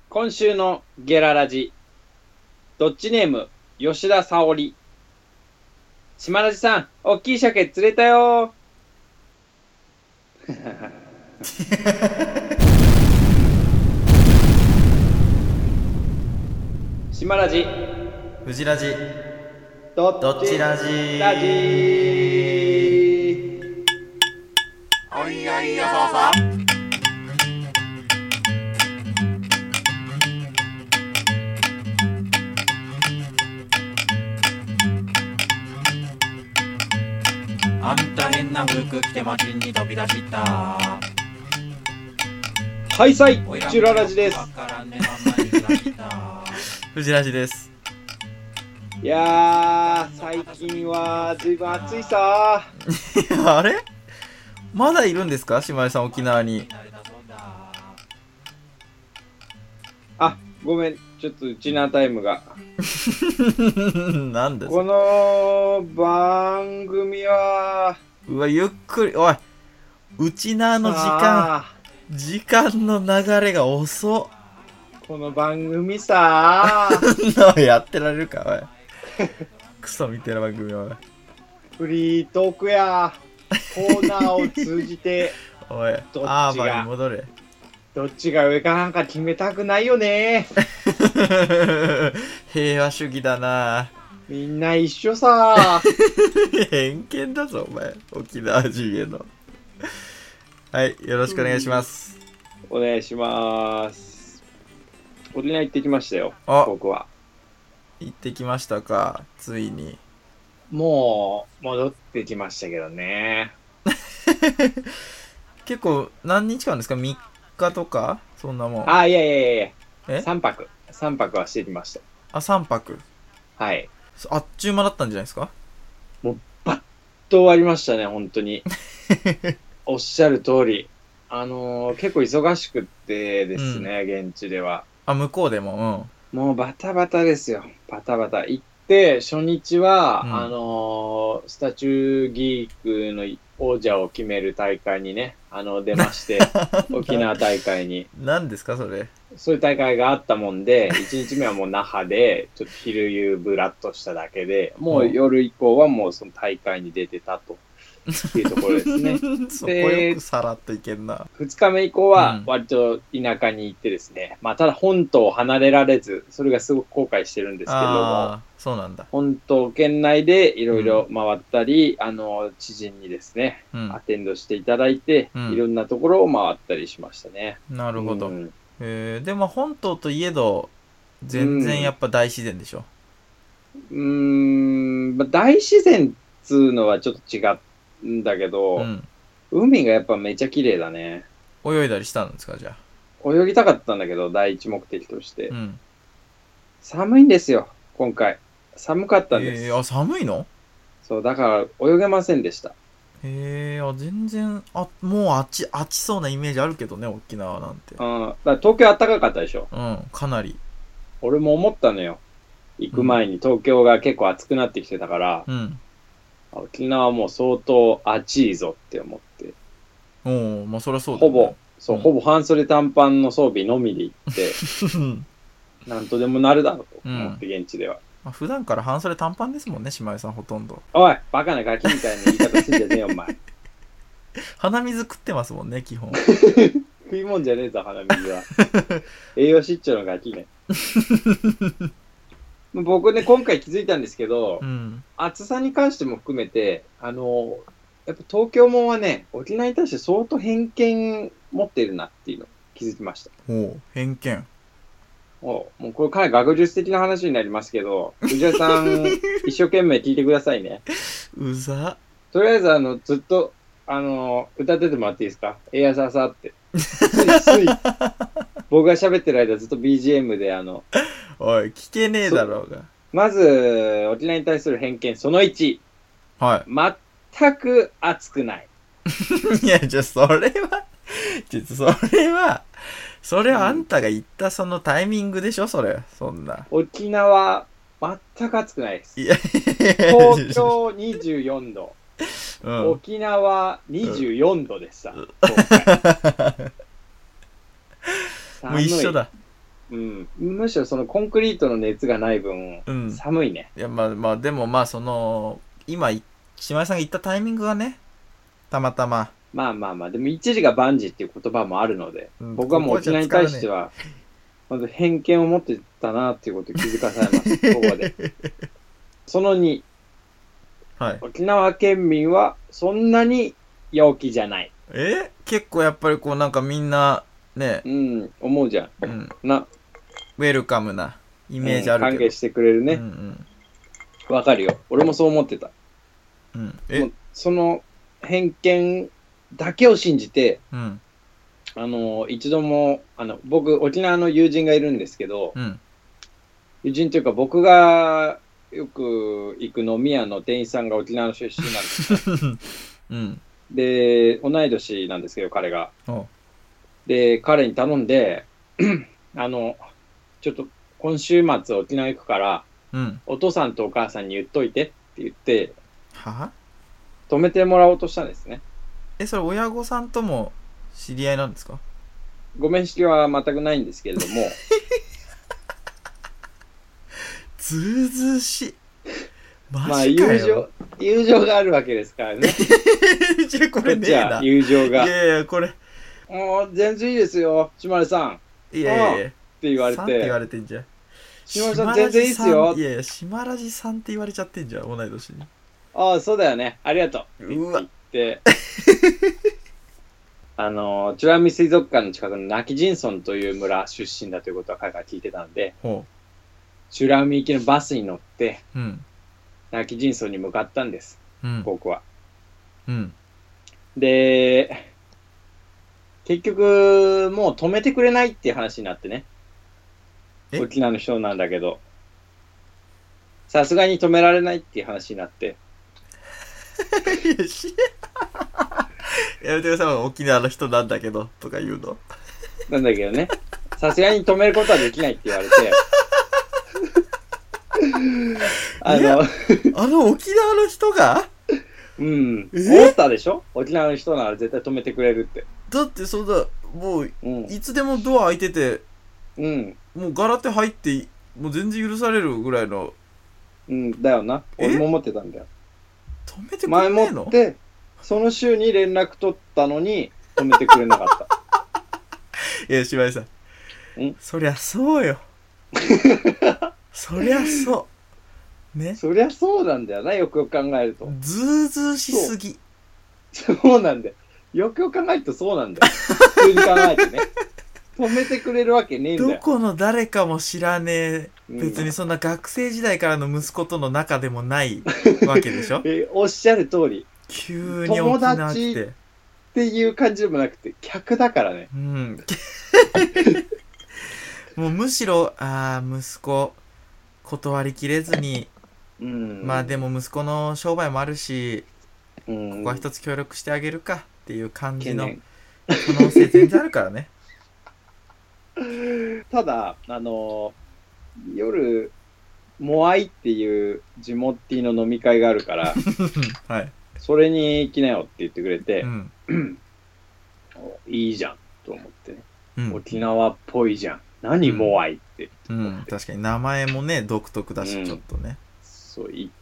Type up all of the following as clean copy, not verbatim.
今週のゲララジ、どっちネーム、吉田沙織。島ラジさん、おっきい鮭釣れたよ島ラジ、 フジラジ、 どどっちラジラジおいおいよそうそうあんた変な服着て街に飛び出したはいさい、チュララジです。 フジラジです。 いやー、最近はずいぶん暑いさー。 あれまだいるんですか、島井さん、沖縄に。 あ、ごめん、ちょっとウチナータイムが。 なんですこの番組は、 うわ、ゆっくり、おい、うちなの時間の流れが遅っ。 この番組さやってられるか、おい。クソみたいな番組は。 フリートークやコーナーを通じておい、 どっちがアーバンに戻れ。 どっちが上かなんか決めたくないよね。 平和主義だな。 みんな一緒さ偏見だぞ、お前。沖縄人への。はい、よろしくお願いします。 お願いします。沖縄行ってきましたよ、 あ、 僕は。 行ってきましたか、ついに。 もう戻ってきましたけどね。 結構何日間ですか、3日とかそんなもん。 あ、いやいやいやいや、 え 3泊はしてきました。 あ、3泊。 はい。 あっちゅう間だったんじゃないですか。 もうバッと終わりましたね、本当に。おっしゃる通り。結構忙しくってですね、現地では。 あ、向こうでも、 もうバタバタですよ。バタバタ。行って、初日は、スタチューギークの王者を決める大会にね、出まして、沖縄大会に。 何ですか、それ。 そういう大会があったもんで、1日目はもう那覇で、ちょっと昼夕ブラッとしただけで、もう夜以降はもうその大会に出てたと。っていうところですね。 そこよくさらっといけんな。 2日目以降は割と田舎に行ってですね、まあただ本島を離れられず、それがすごく後悔してるんですけども、 あ、そうなんだ。 本島県内でいろいろ回ったり、知人にですね、アテンドしていただいて、いろんなところを回ったりしましたね。 なるほど。でも本島といえど、全然やっぱ大自然でしょ。 大自然っつうのはちょっと違うんだけど、海がやっぱめちゃ綺麗だね。 泳いだりしたんですか、じゃあ。泳ぎたかったんだけど、第一目的として。寒いんですよ、今回。寒かったんです。 あ、寒いの？ そう、だから泳げませんでした。 全然、もうあっちそうなイメージあるけどね、沖縄なんて。 だから東京暖かかったでしょ。 かなり。 俺も思ったのよ。行く前に東京が結構暑くなってきてたから、沖縄はもう相当暑いぞって思って。 まあそりゃそうだね。 ほぼ半袖短パンの装備のみで行って、なんとでもなるだろうと思って現地では。 普段から半袖短パンですもんね、島井さんほとんど。 おい、バカなガキみたいな言い方すんじゃねえよ、お前。 鼻水食ってますもんね、基本。 食いもんじゃねえぞ、鼻水は。栄養失調のガキね。僕ね、今回気づいたんですけど、暑さに関しても含めて、やっぱ東京もんはね、沖縄に対して相当偏見持ってるなっていうの気づきました。 偏見。 もうこれかなり学術的な話になりますけど、藤原さん、一生懸命聞いてくださいね。 うざ。 とりあえず、ずっと、歌っててもらっていいですか？エアササって。僕が喋ってる間ずっと BGM でおい、聞けねえだろうが。 まず、沖縄に対する偏見、その1。 はい。 全く熱くない。 いや、それはあんたが言ったそのタイミングでしょ、それ。そんな。 沖縄、全く暑くないです。 いや東京24度。沖縄24度でした。 もう一緒だ。 うん。むしろそのコンクリートの熱がない分、 うん。 寒いね。 いや、まあ、でもまあ、今、島井さんが言ったタイミングがね、たまたま、 まあまあまあ、でも一時が万事っていう言葉もあるので、 うん、 僕はもう沖縄に対しては、まず偏見を持ってたなっていうことを気づかされます、ここで。その2、 はい。 沖縄県民はそんなに陽気じゃない。 結構やっぱりこうなんかみんな、ね、 うん、思うじゃん。 うん、 な、 ウェルカムなイメージあるけど。 歓迎してくれるね。 うんわかるよ。俺もそう思ってた。 うん。 もうその偏見だけを信じて、 うん。 一度も、僕、沖縄の友人がいるんですけど、 うん。 友人というか僕がよく行く飲み屋の店員さんが沖縄の出身なんですね。 うん。 で、同い年なんですけど、彼が。 おで、彼に頼んで、ちょっと今週末沖縄行くから、 うん。 お父さんとお母さんに言っといてって言って、 は止めてもらおうとしたんですね。 それ親御さんとも知り合いなんですか？ ご面識は全くないんですけれども。 ずうずうしい。マまあ、 ジかよ。 友情があるわけですからね。 これねえな。 友情が。 いやいや、これ。 もう、全然いいですよ、島根さん。 いやいやいや。 って言われて。 って言われてんじゃん。 島根さん全然いいっすよ。 いやいや、島ラジさんって言われちゃってんじゃん、同い年に。 ああ、そうだよね。ありがとう。 うわ。 って言って。美ら海水族館の近くのナキジンソンという村出身だということは彼から聞いてたんで、美ら海行きのバスに乗って、 うん、ナキジンソンに向かったんです、 うん、 僕は。 うん、 で、結局、もう止めてくれないっていう話になってね。沖縄の人なんだけど、さすがに止められないっていう話になって。 やめてください、沖縄の人なんだけどとか言うの。 なんだけどね、さすがに止めることはできないって言われて。 沖縄の人が思ったでしょ？沖縄の人なら絶対止めてくれるって。 だってそんな、もう、いつでもドア開いてて、もうガラ手入って、もう全然許されるぐらいの。 だよな。俺も思ってたんだよ。 止めてくれねえの？ 前もって、その週に連絡取ったのに、止めてくれなかった。 いや、島井さん。そりゃそうよ。そりゃそう。ね。 そりゃそうなんだよな、よくよく考えると。 ずうずうしすぎ。 そうなんだよ。よくよく考えるとそうなんだよ。普通に考えてね。止めてくれるわけねえんだよ。 どこの誰かも知らねえ、別にそんな学生時代からの息子との仲でもないわけでしょ。 おっしゃる通り。 急に沖縄来て。 っていう感じでもなくて、客だからね。 もうむしろ、息子、断りきれずに、まあでも息子の商売もあるし、ここは一つ協力してあげるかっていう感じの可能性全然あるからね。 ただ、夜、モアイっていうジモッティの飲み会があるから、 はい、 それに行きなよって言ってくれて、いいじゃんと思ってね、沖縄っぽいじゃん。何モアイって。 確かに名前もね、独特だし、ちょっとね。 そう言って、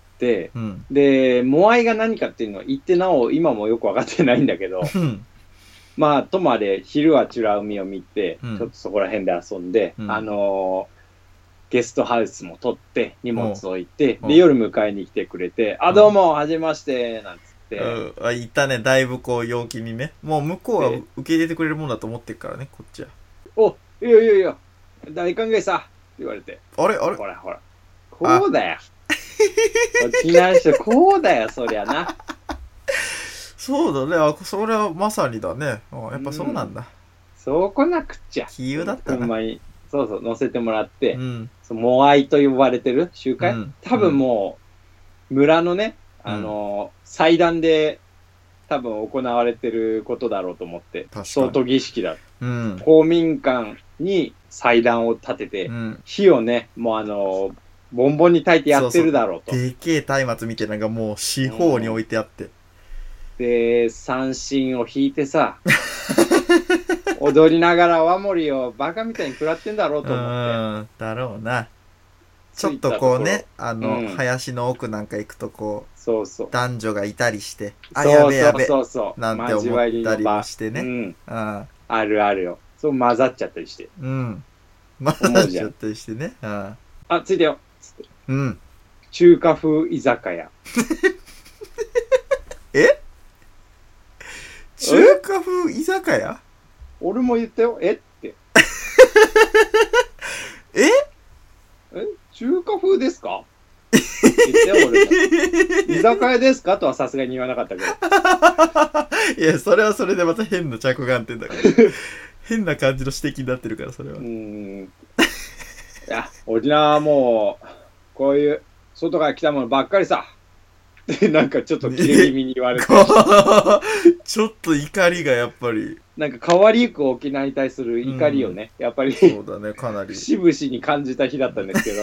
で、モアイが何かっていうのは言ってなお、今もよく分かってないんだけど、まあ、ともあれ、昼は美ら海を見て、ちょっとそこら辺で遊んで、ゲストハウスも取って、荷物置いて、で、夜迎えに来てくれて、どうも、はじめまして、なんつって。 言ったね、だいぶこう、陽気にね。もう向こうは受け入れてくれるもんだと思ってるからね、こっちは。 いやいやいや、大歓迎さ、って言われて。 あれほらほら。こうだよ。沖縄の人、こうだよ、そりゃな。 そうだね。それはまさにだね。やっぱそうなんだ。 そうこなくっちゃ。 比喩だったな。 そうそう、乗せてもらって、モアイと呼ばれてる集会、多分もう、村のね、祭壇で多分行われてることだろうと思って、相当儀式だ。公民館に祭壇を立てて、火をね、もうボンボンに焚いてやってるだろうと。 でけえ松明みたいなのがもう四方に置いてあって。 で、三振を引いてさ、 踊りながら泡盛をバカみたいに食らってんだろうと思って。 だろうな。ちょっとこうね、林の奥なんか行くとこう、 そうそう。 男女がいたりして、 やべやべ。そう。 なんて思ったりもしてね。 あるあるよ。そう混ざっちゃったりして。 混ざっちゃったりしてね。 ついてよ。つって。中華風居酒屋。 中華風居酒屋？ 俺も言ったよ。って。中華風ですか？言ってよ、俺。居酒屋ですかとはさすがに言わなかったけど。 いや、それはそれでまた変な着眼点だから。変な感じの指摘になってるから、それは。 いや、沖縄はもう、こういう外から来たものばっかりさ。ってなんかちょっとキレ気味に言われて。 ちょっと怒りがやっぱり。 なんか変わりゆく沖縄に対する怒りをね、やっぱり。 そうだね、かなり。 節々に感じた日だったんですけど。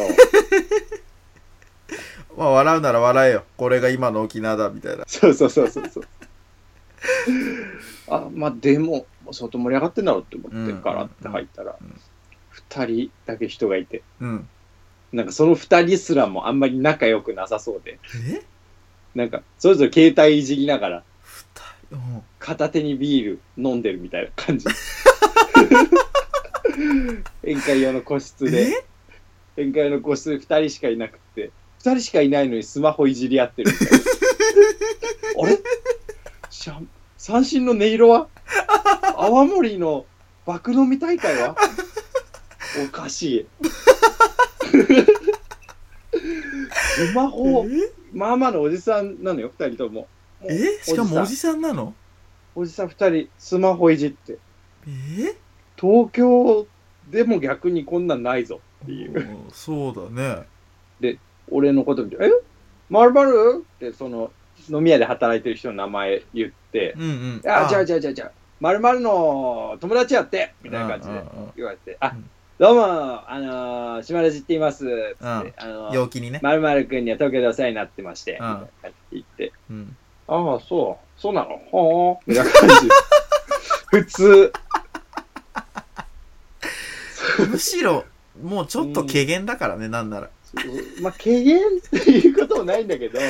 まあ、笑うなら笑えよ。これが今の沖縄だ、みたいな。 そう。まあでも、相当盛り上がってんだろうって思って、ガラって入ったら、2人だけ人がいて、なんかその2人すらもあんまり仲良くなさそうで、なんかそれぞれ携帯いじりながら、片手にビール飲んでるみたいな感じ。宴会用の個室で、宴会用の個室で2人しかいなくて、2人しかいないのにスマホいじり合ってるみたいな。あれ三振の音色は泡盛の爆飲み大会はおかしい。スマホ、まあまあのおじさんなのよ、2人とも。 しかもおじさんなの？ おじさん2人、スマホいじって。東京でも逆にこんなんないぞっていう。 そうだね。 で、俺のこと見て、〇〇ってその飲み屋で働いてる人の名前言って、じゃあ、〇〇の友達やってみたいな感じで言われて、どうも、島田寺って言います。つって、 陽気にね。 〇〇くんには東京でお世話になってまして、みたいな感じで言って、そうなのほーみたいな感じ。普通。 むしろ、もうちょっと軽減だからね、なんなら。 まあ、軽減っていうこともないんだけど、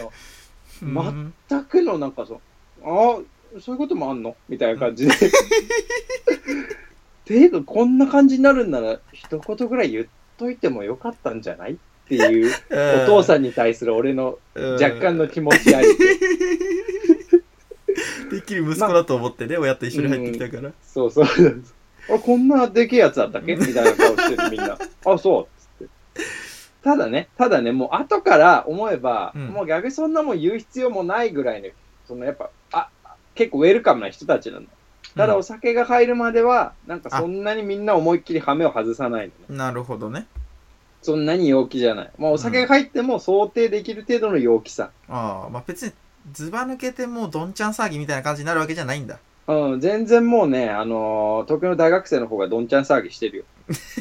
全くのなんかそういうこともあんのみたいな感じで。ていうか、こんな感じになるんなら、一言ぐらい言っといてもよかったんじゃないっていう、お父さんに対する俺の若干の気持ちあり。 てっきり息子だと思ってね、親と一緒に入ってきたから。 そう。こんなでけえやつだったっけみたいな顔してるみんな。そうっつって。ただね、もう後から思えば、もう逆にそんなもん言う必要もないぐらいの、やっぱ、結構ウェルカムな人たちなの。ただお酒が入るまでは、なんかそんなにみんな思いっきりハメを外さないのね。 なるほどね。 そんなに陽気じゃない。まあお酒が入っても想定できる程度の陽気さ。 まあ別にずば抜けてもうどんちゃん騒ぎみたいな感じになるわけじゃないんだ。 全然もうね、東京の大学生の方がどんちゃん騒ぎしてるよ。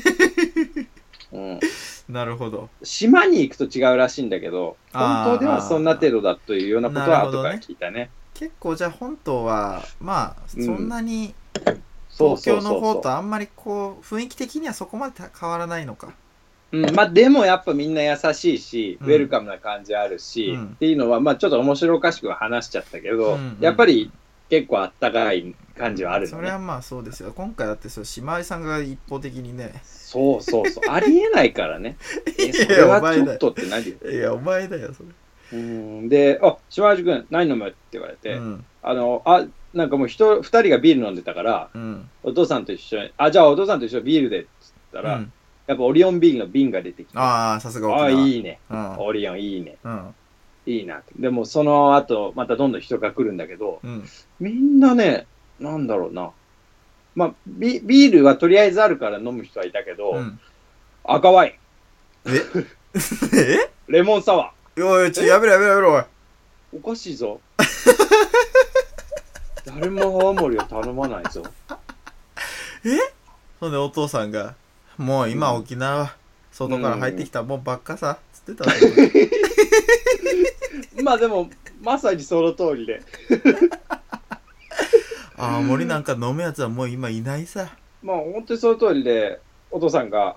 なるほど。 島に行くと違うらしいんだけど、本当ではそんな程度だというようなことは後から聞いたね。 結構じゃあ本島はまあそんなに東京の方とあんまりこう雰囲気的にはそこまで変わらないのか。 まあでもやっぱみんな優しいし、ウェルカムな感じあるし、っていうのはまあちょっと面白おかしくは話しちゃったけど、やっぱり結構あったかい感じはあるのね。 それはまあそうですよ。今回だって島井さんが一方的にね。 そうありえないからね。それはちょっとって何？ いやお前だよそれ。 で、島井君何飲むって言われて、なんかもう2人がビール飲んでたから、お父さんと一緒に、じゃあお父さんと一緒にビールでって言ったら、やっぱオリオンビールの瓶が出てきて、 さすが沖縄。 いいね、オリオンいいね、いいなって。でもその後またどんどん人が来るんだけど、みんなね、なんだろうな、まあビールはとりあえずあるから飲む人はいたけど、赤ワイン、レモンサワー。 おい、やめろ、おい。 おかしいぞ。誰も泡盛を頼まないぞ。 そんでお父さんが、もう今沖縄、外から入ってきたもんばっかさ、つってた。 まあでも、まさにその通りで。 青森なんか飲むやつはもう今いないさ。 まあ本当にその通りで、お父さんが、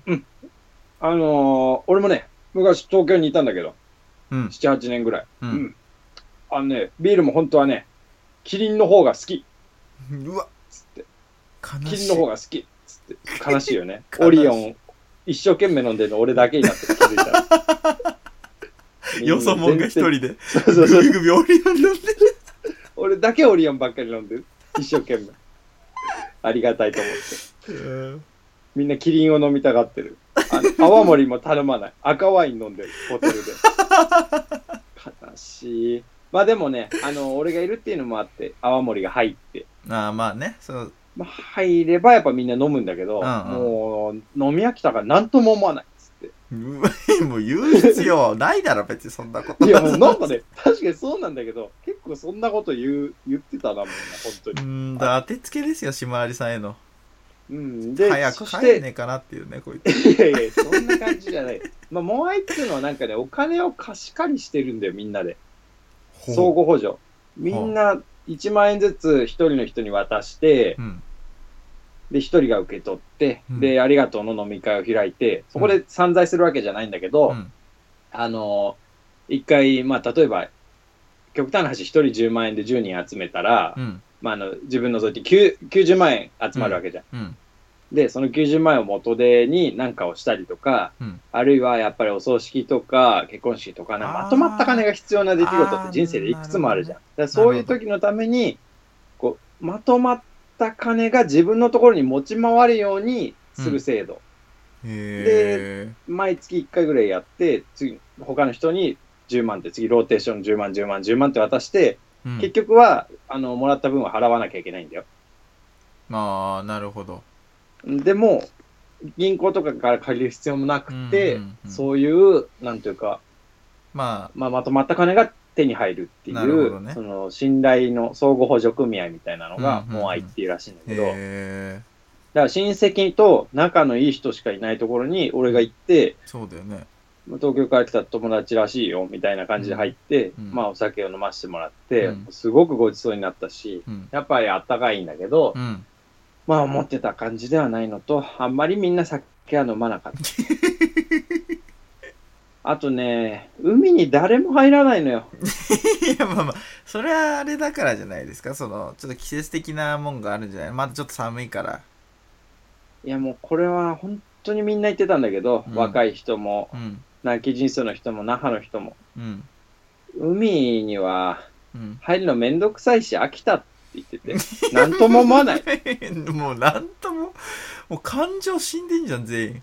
俺もね、昔東京にいたんだけど、7、8年ぐらい。ビールも本当はね、キリンの方が好き。 うわつって。 悲しい。 キリンの方が好き。つって。悲しいよね。オリオン、一生懸命飲んでるの俺だけになって気づいたら。 よそもんが一人で。 そうグビグビオリオン飲んでる。 俺だけオリオンばっかり飲んでる。一生懸命。ありがたいと思って。みんなキリンを飲みたがってる。泡盛も頼まない。赤ワイン飲んでる。ホテルで。悲しい。まあでもね、俺がいるっていうのもあって、泡盛が入って。 まあね、そう。 まあ、入ればやっぱみんな飲むんだけど、もう飲み飽きたから何とも思わないっつって。 もう言う必要ないだろ、別にそんなこと。 いやもうなんかね、確かにそうなんだけど、結構そんなこと言ってたな、みんな、本当に。 当てつけですよ、しまわりさんへの。 で、 早く帰んねえかなっていうね、こいつ。 いやいや、そんな感じじゃない。まあ、モアイっていうのはなんかね、お金を貸し借りしてるんだよ、みんなで。相互補助。みんな1万円ずつ1人の人に渡して、で、1人が受け取って、で、ありがとうの飲み会を開いて、そこで散財するわけじゃないんだけど、一回、まあ、例えば、極端な話、1人10万円で10人集めたら、まあ、自分除いて90万円集まるわけじゃん。で、その90万円を元手に何かをしたりとか、あるいはやっぱりお葬式とか結婚式とか、まとまった金が必要な出来事って人生でいくつもあるじゃん。だからそういう時のために、こう、まとまった金が自分のところに持ち回るようにする制度。で、毎月1回ぐらいやって、次、他の人に10万って次ローテーション10万、10万、10万って渡して、結局は、もらった分は払わなきゃいけないんだよ。 ああ、なるほど。 でも、銀行とかから借りる必要もなくて、そういう、なんていうか、まとまった金が手に入るっていう、その、信頼の相互補助組合みたいなのが、モアイっていうらしいんだけど、だから親戚と仲のいい人しかいないところに俺が行って、 そうだよね。 東京から来た友達らしいよ、みたいな感じで入って、まあお酒を飲ませてもらって、すごくごちそうになったし、やっぱりあったかいんだけど、まあ思ってた感じではないのと、あんまりみんな酒は飲まなかった。あとね、海に誰も入らないのよ。 いや、まあ、それはあれだからじゃないですか。その、ちょっと季節的なもんがあるんじゃない？まだちょっと寒いから。 いやもうこれは本当にみんな言ってたんだけど、若い人も、南紀人層の人も那覇の人も、海には入るのめんどくさいし飽きたって言ってて、なんとも思わない。 もうなんとも、もう感情死んでんじゃん、全員。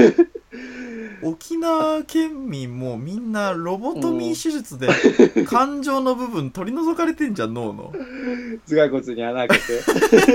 沖縄県民もみんなロボトミー手術で感情の部分取り除かれてんじゃん、脳の。 頭蓋骨に穴開けて。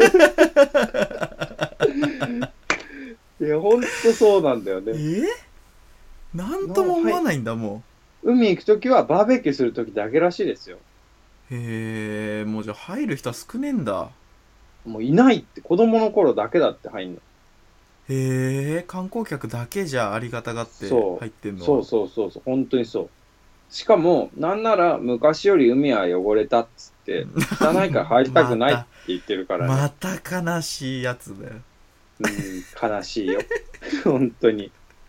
いや、ほんとそうなんだよね。 なんとも思わないんだ、もう。海行くときはバーベキューするときだけらしいですよ。 へえ、もうじゃあ入る人は少ねえんだ。 もういないって、子供の頃だけだって入んの。 へえ、観光客だけじゃありがたがって入ってんの。 そう、本当にそう。しかも、なんなら昔より海は汚れたっつって、汚いから入りたくないって言ってるからね。 また悲しいやつだよ。 悲しいよ。本当に。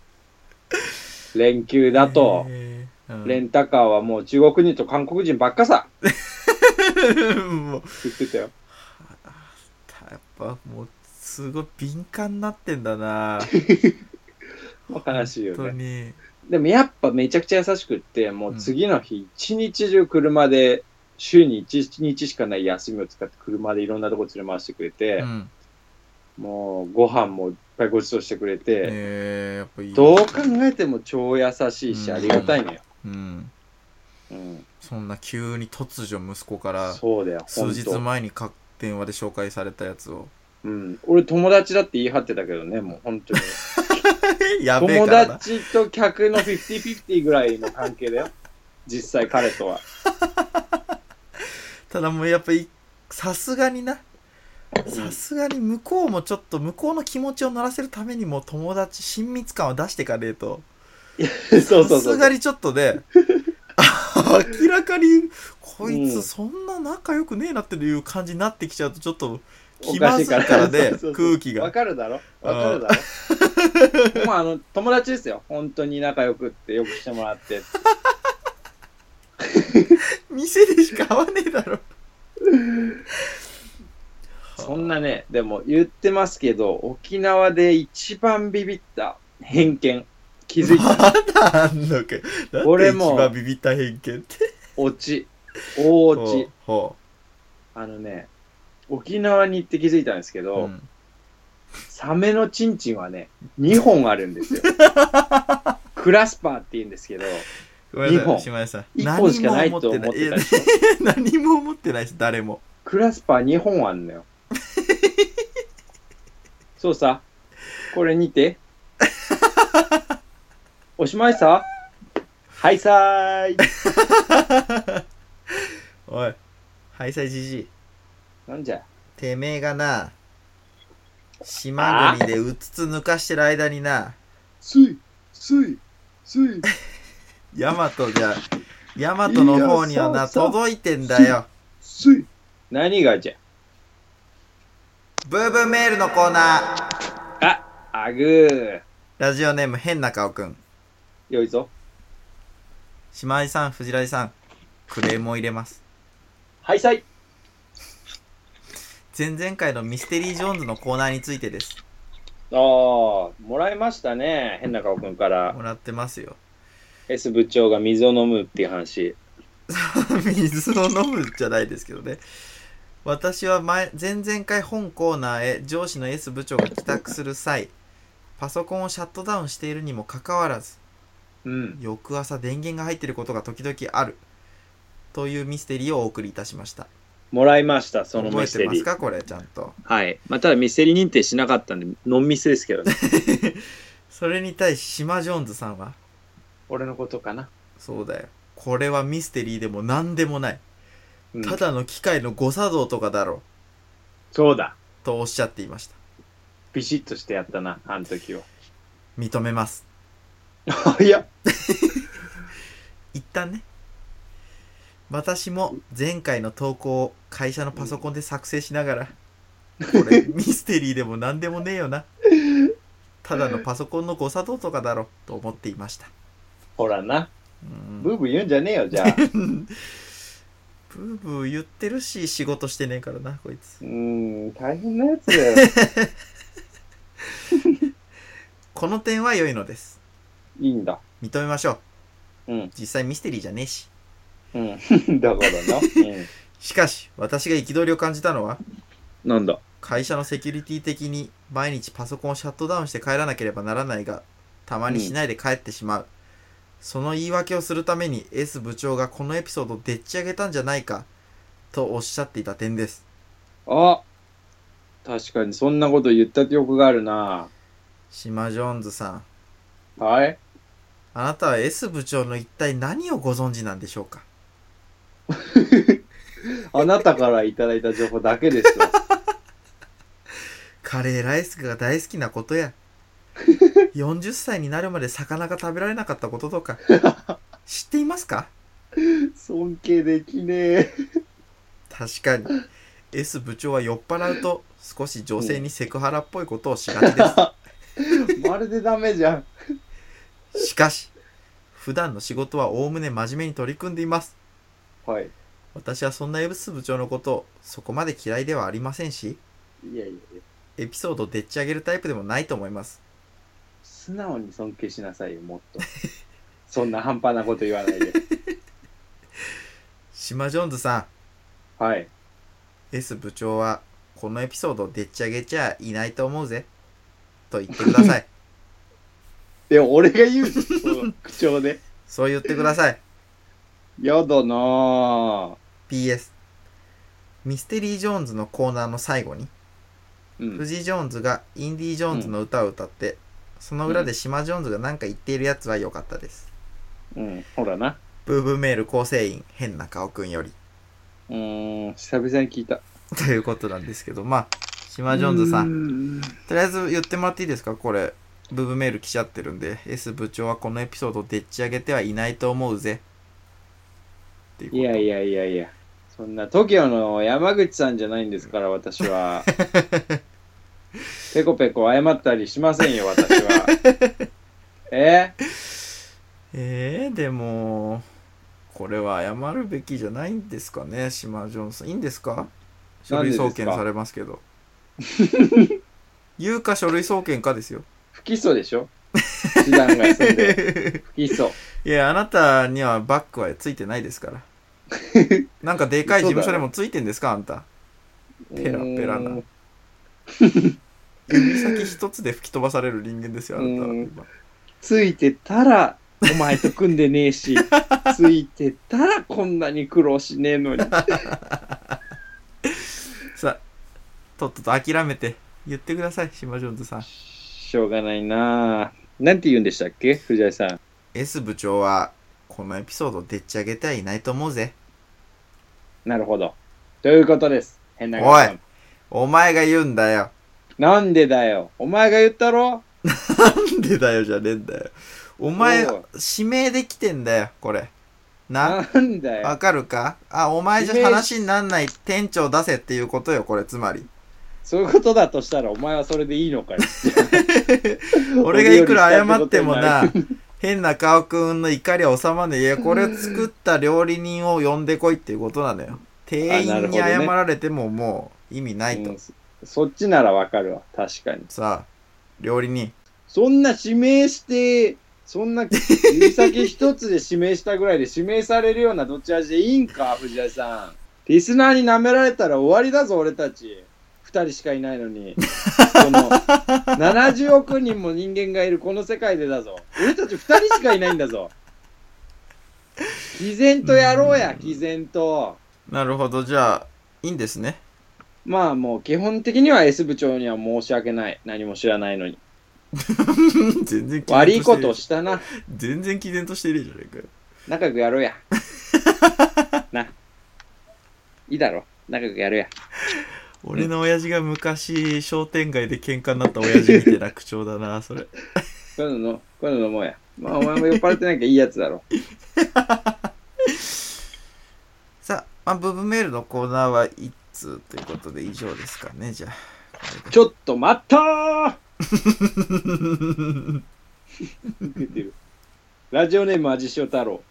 連休だと、レンタカーはもう中国人と韓国人ばっかさ。もう言ってたよ。 やっぱもうすごい敏感になってんだな。 もう悲しいよね。 本当に。 でもやっぱめちゃくちゃ優しくって、もう次の日一日中車で、週に1日しかない休みを使って車でいろんなとこ連れ回してくれて、もうご飯もいっぱいご馳走してくれて、 やっぱいい、 どう考えても超優しいし、ありがたいのよ。 そんな急に突如息子からそうだよ、 数日前に電話で紹介されたやつを。 俺友達だって言い張ってたけどね、もう本当に。 やべえからな。 友達と客の50-50ぐらいの関係だよ。実際彼とは。 ただもうやっぱりさすがにな。さすがに向こうもちょっと向こうの気持ちを乗らせるためにも友達親密感を出してかねえと。 そうさすがにちょっとね明らかにこいつそんな仲良くねえなっていう感じになってきちゃうとちょっと気まずいからね、空気が。 わかるだろまあ友達ですよ、本当に仲良くってよくしてもらって店でしか会わねえだろそんなね、でも言ってますけど、沖縄で一番ビビった偏見気づいた。 まだあんのか。なんで一番ビビった偏見って。 大オチ。沖縄に行って気づいたんですけど、サメのチンチンはね、2本あるんですよ。クラスパーって言うんですけど、2本。1本しかないと思ってたでしょ。 何も思ってないです、誰も。 クラスパー2本あんのよ。そうさ、これ見て。おしまいさ。はいさーい。 おい、はいさいじじい。 なんじゃ。 てめえがな、島国でうつつ抜かしてる間にな、ヤマトの方にはな、届いてんだよ。 何がじゃ。 ブーブーメールのコーナー。あぐー。 ラジオネーム変な顔くん。 よいぞ。 島井さん、藤井さん、クレームを入れます。 はいさい。 前々回のミステリー・ジョーンズのコーナーについてです。 もらいましたね、変な顔くんから。 もらってますよ。 S 部長が水を飲むっていう話。 水を飲むじゃないですけどね。私は前々回本コーナーへ上司の S 部長が帰宅する際、パソコンをシャットダウンしているにもかかわらず、翌朝電源が入っていることが時々あるというミステリーをお送りいたしました。 もらいました、そのミステリー。 覚えてますかこれ、ちゃんと。 はい。ただミステリー認定しなかったんで、ノンミスですけどね。 それに対し、島ジョーンズさんは俺のことかな。 そうだよ。これはミステリーでも何でもない。ただの機械の誤作動とかだろう。 そうだ。 とおっしゃっていました。 ビシッとしてやったな、あの時は。 認めます。 いや。 一旦ね。私も前回の投稿を会社のパソコンで作成しながら、これミステリーでも何でもねえよな。ただのパソコンの誤作動とかだろと思っていました。 ほらな。ブーブー言うんじゃねえよ、じゃあ。 ブーブー言ってるし仕事してねえからなこいつ。 大変なやつだよ。 この点は良いのです。 いいんだ。 認めましょう。実際ミステリーじゃねえし。 だからな。 しかし私が憤りを感じたのは、 なんだ。 会社のセキュリティ的に毎日パソコンをシャットダウンして帰らなければならないが、たまにしないで帰ってしまう。その言い訳をするために S 部長がこのエピソードをでっち上げたんじゃないかとおっしゃっていた点です。 確かにそんなこと言った記憶があるな。 島ジョーンズさん。 はい。 あなたは S 部長の一体何をご存知なんでしょうか。 あなたからいただいた情報だけですよ。 カレーライスが大好きなことや40歳になるまで魚が食べられなかったこととか知っていますか。 尊敬できねえ。 確かに S 部長は酔っ払うと少し女性にセクハラっぽいことをしがちです、 まるでダメじゃん。 しかし普段の仕事はおおむね真面目に取り組んでいます。 はい。 私はそんな S 部長のことをそこまで嫌いではありませんし、エピソードをでっち上げるタイプでもないと思います。 素直に尊敬しなさいよ、もっと。そんな半端なこと言わないで。 島ジョーンズさん。はい。 S 部長はこのエピソードをでっち上げちゃいないと思うぜと言ってください。 でも俺が言うその口調で。 そう言ってください。 やだなぁ。 PS ミステリー・ジョーンズのコーナーの最後に、藤井ジョーンズがインディ・ジョーンズの歌を歌って、その裏で島ジョーンズが何か言っているやつは良かったです。 ほらな。 ブーブーメール構成員変な顔くんより。 久々に聞いた。 ということなんですけど、まあ島ジョーンズさん、とりあえず言ってもらっていいですか。これブーブーメール来ちゃってるんで、 S 部長はこのエピソードをでっち上げてはいないと思うぜ。 っていうこと。 いやいやいやいや、そんな TOKIO の山口さんじゃないんですから私は。ペコペコ謝ったりしませんよ私は。 でもこれは謝るべきじゃないんですかね、島ジョンさん。いいんですか？書類送検されますけど。言うか書類送検かですよ。 不起訴でしょ。示談が済んで不起訴。 いや、あなたにはバックはついてないですから。なんかでかい事務所でもついてんですかあんた。ペラペラな。指先一つで吹き飛ばされる人間ですよあなたは今。 ついてたらお前と組んでねえし、ついてたらこんなに苦労しねえのに。 さあ、とっとと諦めて言ってください、島ジョーンズさん。 しょうがないなぁ。なんて言うんでしたっけ、藤井さん。 S 部長はこのエピソードでっち上げてはいないと思うぜ。 なるほど。ということです。変なおい、お前が言うんだよ。 なんでだよ。お前が言ったろ。 なんでだよじゃねえんだよ。お前指名できてんだよこれ。 なんだよ。 わかるか？お前じゃ話になんない店長出せっていうことよこれ、つまり。 そういうことだとしたらお前はそれでいいのかよ。 俺がいくら謝ってもな、変な顔くんの怒りは収まんねえ。いや、これ作った料理人を呼んでこいっていうことなのよ。店員に謝られてももう意味ないと。 そっちならわかるわ。確かに。 さあ、料理人。 そんな指名して、そんな指先一つで指名したぐらいで指名されるようなどっち味でいいんか、藤井さん。リスナーに舐められたら終わりだぞ、俺たち。2人しかいないのに。この70億人も人間がいるこの世界でだぞ。俺たち2人しかいないんだぞ。毅然とやろうや、毅然と。 なるほど、じゃあ、いいんですね。 まあもう基本的には S 部長には申し訳ない。何も知らないのに。 全然悪いことしたな。 全然毅然としているじゃねえかよ。 仲良くやろうや。な。いいだろ。仲良くやるや。 俺の親父が昔商店街で喧嘩になった親父みたいな口調だなそれ。 こういうの飲もうや。まあお前も酔っ払ってなきゃいいやつだろ。 さあ、ブブメールのコーナーは1通ということで以上ですかね。じゃあちょっと待ったー。ラジオネーム味塩太郎。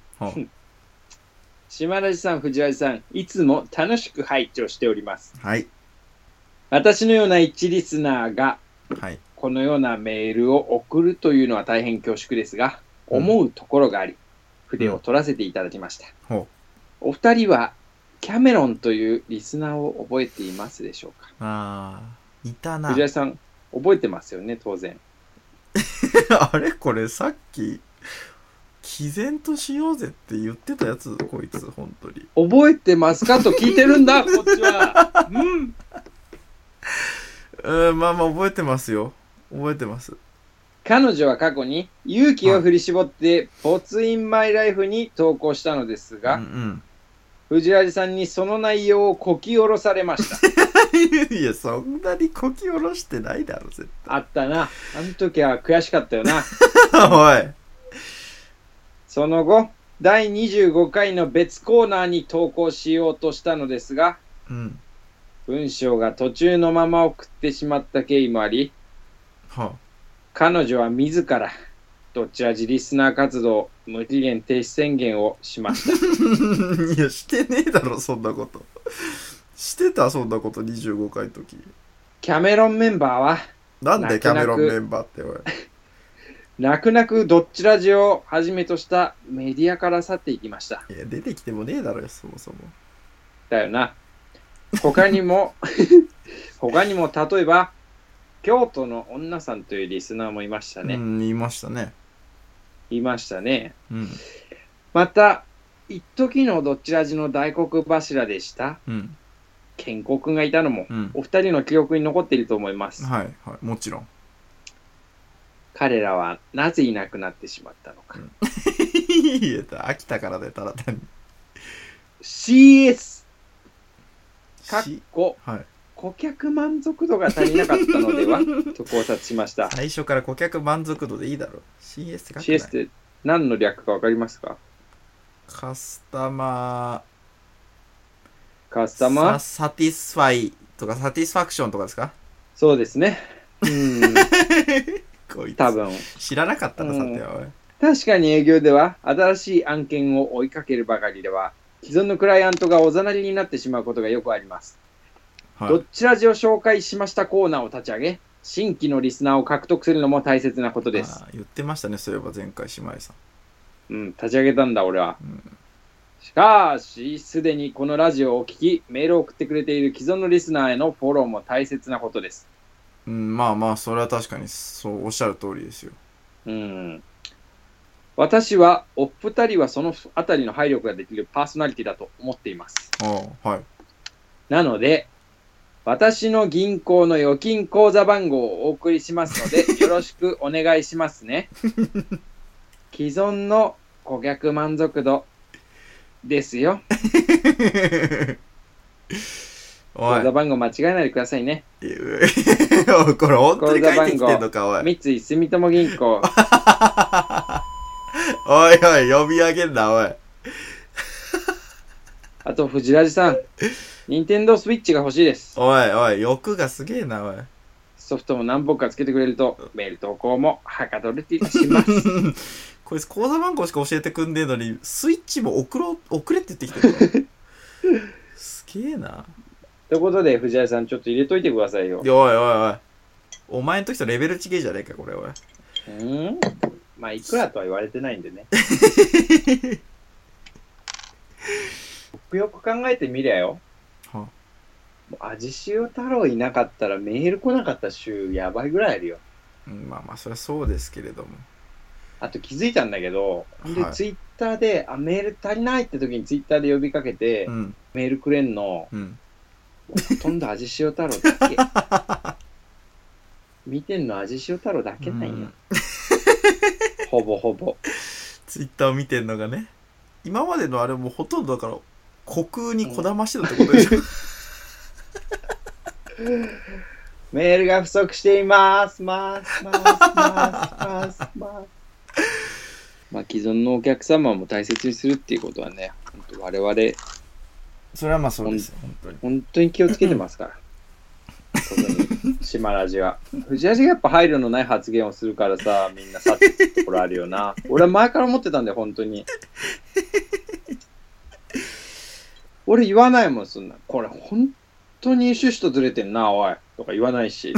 島田さん、藤井さん、いつも楽しく拝聴しております。 はい。 私のような一リスナーが、 はい、 このようなメールを送るというのは大変恐縮ですが、思うところがあり、筆を取らせていただきました。お二人は、キャメロンというリスナーを覚えていますでしょうか？ いたな。 藤井さん、覚えてますよね、当然。 あれこれさっき、毅然としようぜって言ってたやつ、こいつ、本当に。 覚えてますかと聞いてるんだ、こっちは。 まあ覚えてますよ。覚えてます。 彼女は過去に勇気を振り絞ってポツインマイライフに投稿したのですが、藤原さんにその内容をこき下ろされました。 いや、そんなにこき下ろしてないだろ、絶対。 あったな。あの時は悔しかったよな。 おい。 その後、第25回の別コーナーに投稿しようとしたのですが、文章が途中のまま送ってしまった経緯もあり、彼女は自らどっち味リスナー活動無期限停止宣言をしました。 いや、してねえだろ、そんなこと。してた、そんなこと、25回の時。 キャメロンメンバーは、 なんでキャメロンメンバーっておい。 泣く泣くどっちラジオをはじめとしたメディアから去っていきました。 いや、出てきてもねえだろよ、そもそも。 だよな。他にも例えば、京都の女さんというリスナーもいましたね。 いましたね。 いましたね。また、一時のどっちラジの大黒柱でした。健康くんがいたのも、お二人の記憶に残っていると思います。 はい、はい、もちろん。 彼らはなぜいなくなってしまったのか。 いや、飽きたからで、ただ単に。 CS かっこ、顧客満足度が足りなかったのではと考察しました。 最初から顧客満足度でいいだろう。CS って書くない。 CS って何の略かわかりますか？ カスタマーサティスファイとかサティスファクションとかですか？ そうですね。 こいつ多分。 知らなかったな、さては。 確かに営業では新しい案件を追いかけるばかりでは既存のクライアントがおざなりになってしまうことがよくあります。はい、どっちラジを紹介しましたコーナーを立ち上げ、新規のリスナーを獲得するのも大切なことです。 言ってましたね、そういえば前回姉妹さん。立ち上げたんだ俺は。しかし、すでにこのラジオを聞き、メールを送ってくれている既存のリスナーへのフォローも大切なことです。 まあまあ、それは確かにそうおっしゃる通りですよ。 私はお二人はそのあたりの配慮ができるパーソナリティだと思っています。 はい。なので、私の銀行の預金口座番号をお送りしますので、よろしくお願いしますね。既存の顧客満足度ですよ。口座番号間違えないでくださいね。 これ本当に書いてきてんのか、おい。 三井住友銀行。 おいおい、呼び上げんな、おい。 あと、藤ラジさん。任天堂スイッチが欲しいです。 おいおい、欲がすげえな、おい。 ソフトも何本かつけてくれると、メール投稿もはかどるっていたします。 こいつ口座番号しか教えてくんねえのに、スイッチも送れって言ってきてる。すげえな。 ということで、藤井さん、ちょっと入れといてくださいよ。 おいおいおい。お前の時とレベル違えじゃねえか、これ、おい。 まあ、いくらとは言われてないんでね。よく考えてみりゃよ。味塩太郎いなかったらメール来なかった週やばいぐらいあるよ。 まあまあ、それはそうですけれども。あと気づいたんだけど、で、ツイッターで、メール足りないって時にツイッターで呼びかけて、メールくれんの、ほとんど味塩太郎だけ。見てんの味塩太郎だけなんよ。ほぼほぼ。 ツイッターを見てんのがね。今までのあれもほとんどだから、虚空にこだましてたってことでしょ。 メールが不足しています。まあ、既存のお客様も大切にするっていうことはね、本当我々、 それはまあそうですよ、 本当に気をつけてますから。特に、島ラジは。藤ラジがやっぱ配慮のない発言をするからさ、みんな去っていくところあるよな。俺は前から思ってたんだよ、本当に。俺言わないもん、そんな。これ本当に趣旨とずれてんな、おい。とか言わないし。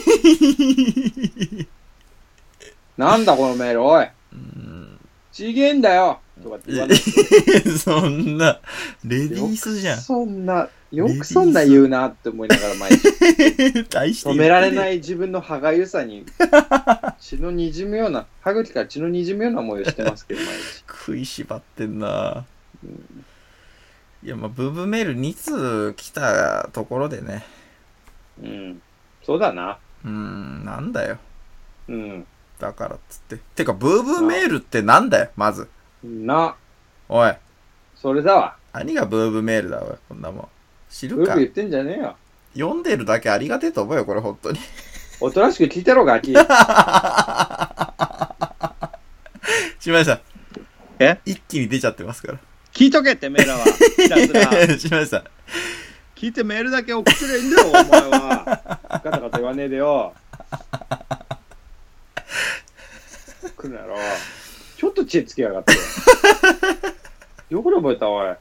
なんだこのメール、おい。ちげえんだよとかって言わない。 そんな、レディースじゃん。 よくそんな言うなって思いながら毎日。止められない自分の歯がゆさに、血の滲むような、歯茎から血の滲むような思いをしてますけど、毎日。 食いしばってんな。いや、まあ、ブーブメール2通来たところでね。 そうだな。 なんだよ。だからっつって。てか、ブーブーメールってなんだよ、まず。おい。 それだわ。 何がブーブーメールだ、おい。こんなもん。知るか。 ブーブー言ってんじゃねえよ。 読んでるだけありがてえと思うよ、これ、ほんとに。 おとなしく聞いてろ、ガキ。 島井さん。一気に出ちゃってますから。 聞いとけってメールは。ひたすら。 島井さん。 聞いてメールだけ送ってりゃいいんだよ、お前は。ガタガタ言わねえでよ。来るやろ。ちょっと知恵つけやがって。よく覚えた、おい。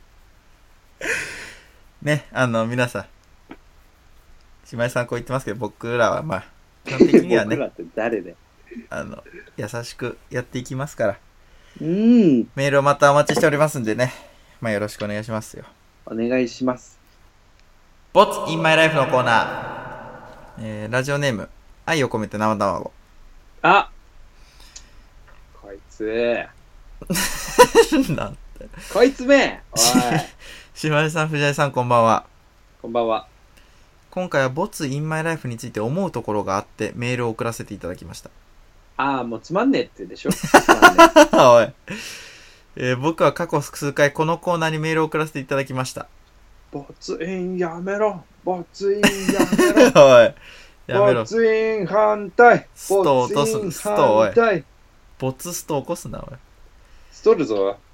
ね、皆さん。島井さんこう言ってますけど、僕らはまあ、基本的にはね。 僕らって誰で優しくやっていきますから。 メールをまたお待ちしておりますんでね。まあよろしくお願いしますよ。 お願いします。 What's in my life のコーナー。ラジオネーム、愛を込めて生卵。 あこいつ。 なんて。 こいつめおい。 島井さん、藤井さん、こんばんは。 こんばんは。 今回は What's in my life について思うところがあってメールを送らせていただきました。 もうつまんねえってでしょ。 おい。僕は過去数回このコーナーにメールを送らせていただきました。 ボツインやめろ。ボツインやめろ。 おい。やめろ。 ボツイン反対。 スト落とす。スト、おい。ボツスト起こすな、おい。 ストるぞ。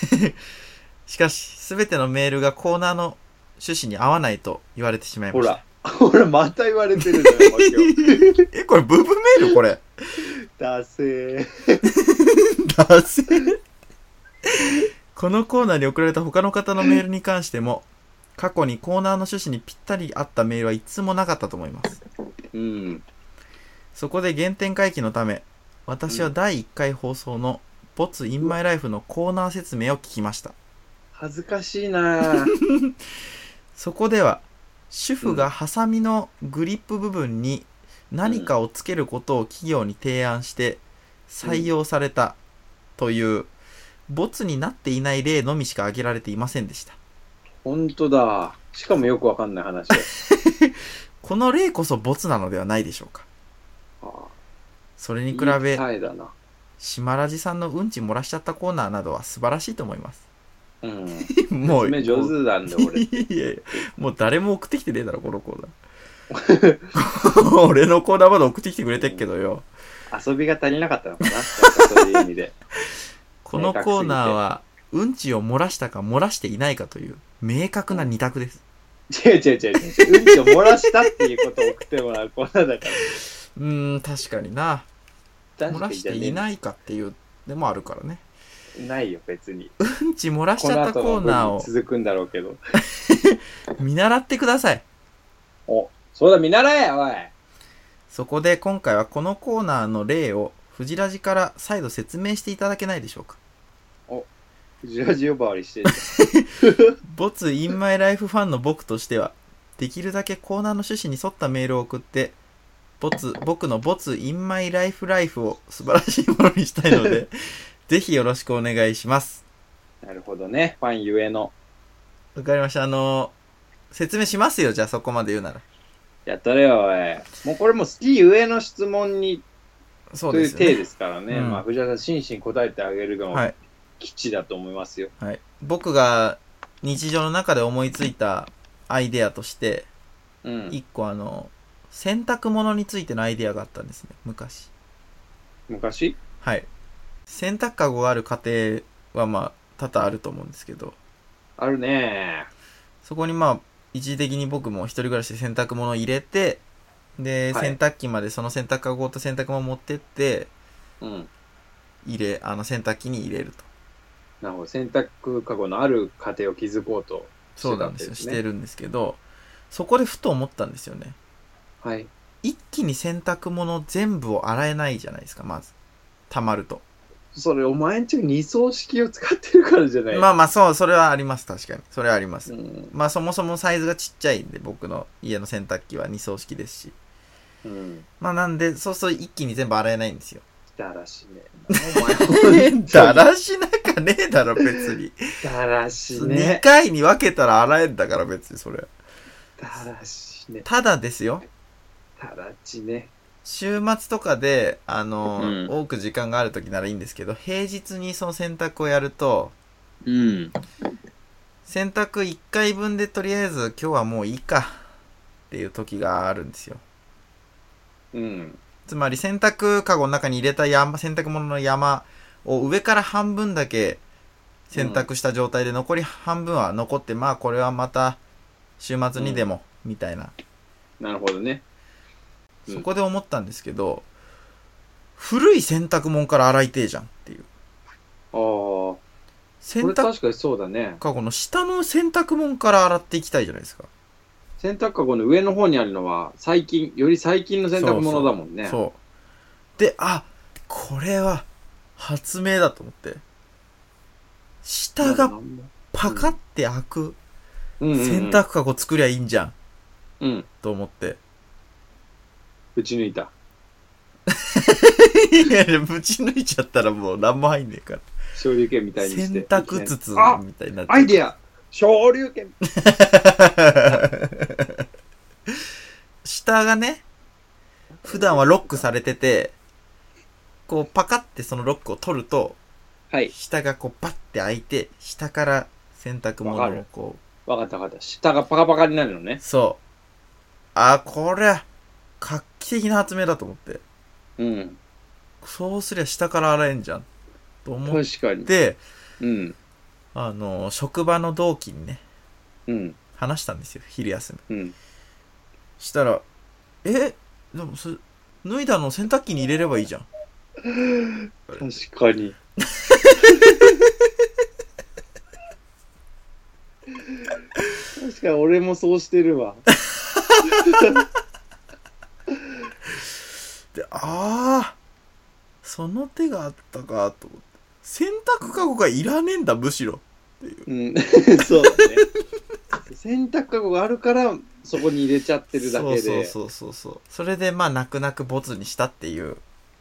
しかし、すべてのメールがコーナーの趣旨に合わないと言われてしまいました。 ほら、また言われてるじゃん、今日。これブーブメールこれ。 ダセー。 ダセー。このコーナーに送られた他の方のメールに関しても、過去にコーナーの趣旨にぴったり合ったメールはいつもなかったと思います。 うん。 そこで原点回帰のため、私は第1回放送のボツインマイライフのコーナー説明を聞きました。 恥ずかしいなそこでは、主婦がハサミのグリップ部分に何かをつけることを企業に提案して採用されたという、ボツになっていない例のみしか挙げられていませんでした。 ほんとだ。しかもよくわかんない話この例こそボツなのではないでしょうか。それに比べ、島ラジさんのうんち漏らしちゃったコーナーなどは素晴らしいと思います。 うん。もう、上手なんだ、俺。 いやいや、もう誰も送ってきてねえだろ、このコーナー。俺のコーナーまだ送ってきてくれてっけどよ。 遊びが足りなかったのかな、そういう意味で。 このコーナーは、うんちを漏らしたか漏らしていないかという明確な二択です。 違う。うんちを漏らしたっていうことを送ってもらうコーナーだから。 確かにな。漏らしていないかっていうでもあるからね。 ないよ、別に。 うんち漏らしちゃったコーナーを続くんだろうけど。 見習ってください。 お、そうだ、見習え、おい。 そこで今回はこのコーナーの例をフジラジから再度説明していただけないでしょうか。 お、フジラジ呼ばわりしてる。 ボツインマイライフファンの僕としては、できるだけコーナーの趣旨に沿ったメールを送って、僕のボツインマイライフを素晴らしいものにしたいので、ぜひよろしくお願いします。 なるほどね。ファンゆえの。 わかりました。説明しますよ。じゃあそこまで言うなら。 やったれよ、おい。もうこれも好きゆえの質問に、 そうですよね。 という体ですからね。まあ、藤原さん、真摯に答えてあげるのも、基地だと思いますよ。 はい。僕が日常の中で思いついたアイデアとして、一個洗濯物についてのアイデアがあったんですね。昔？はい。洗濯かごがある家庭はまあ多々あると思うんですけど、 あるね。 そこにまあ一時的に僕も一人暮らしで洗濯物を入れて、で、洗濯機までその洗濯かごと洗濯物を持ってって、洗濯機に入れると。 なるほど。洗濯かごのある家庭を築こうとしてたそうなんですよ。してるんですけど、そこでふと思ったんですよね。 はい。 一気に洗濯物全部を洗えないじゃないですか、まず。溜まると。 それ、お前んち二層式を使ってるからじゃない？ まあまあ、そう、それはあります、確かに。それはあります。まあ、そもそもサイズがちっちゃいんで、僕の家の洗濯機は二層式ですし。まあ、なんで、そうすると一気に全部洗えないんですよ。 だらしねえ。 だらしなかねえだろ、別に。 だらしねえ。2回に分けたら洗えんだから、別にそれ。 だらしね。 ただですよ。 だらちね。 週末とかで、多く時間がある時ならいいんですけど、平日にその洗濯をやると、洗濯1回分でとりあえず今日はもういいかっていう時があるんですよ。つまり洗濯かごの中に入れた洗濯物の山を上から半分だけ洗濯した状態で残り半分は残って、まあこれはまた週末にでも、みたいな。 なるほどね。 そこで思ったんですけど、古い洗濯物から洗いてえじゃんっていう。 洗濯確かにそうだね。 かごの下の洗濯物から洗っていきたいじゃないですか。 洗濯かごの上の方にあるのはより最近の洗濯物だもんね。 そう。で、これは発明だと思って。下がパカって開く洗濯かご作りゃいいんじゃん。と思って。 ぶち抜いた。 いや、ぶち抜いちゃったらもう何も入んねえから。 昇竜拳みたいにして。 洗濯筒みたいになって。 アイディア昇竜拳下がね、普段はロックされてて、こうパカってそのロックを取ると、下がこうバッて開いて、下から洗濯物をこう。わかった。下がパカパカになるのね。 そう。これ、画期的な発明だと思って。そうすりゃ下から洗えんじゃん。と思って。 確かに。 職場の同期にね、 うん。 話したんですよ、昼休み。 うん。 したら、でも脱いだの洗濯機に入れればいいじゃん。 確かに。確かに俺もそうしてるわ。 で、その手があったかと思って。洗濯かごがいらねえんだ、むしろ。っていう。 うん、そうだね。洗濯かごがあるからそこに入れちゃってるだけで。 そう。それでまあ泣く泣くボツにしたっていう。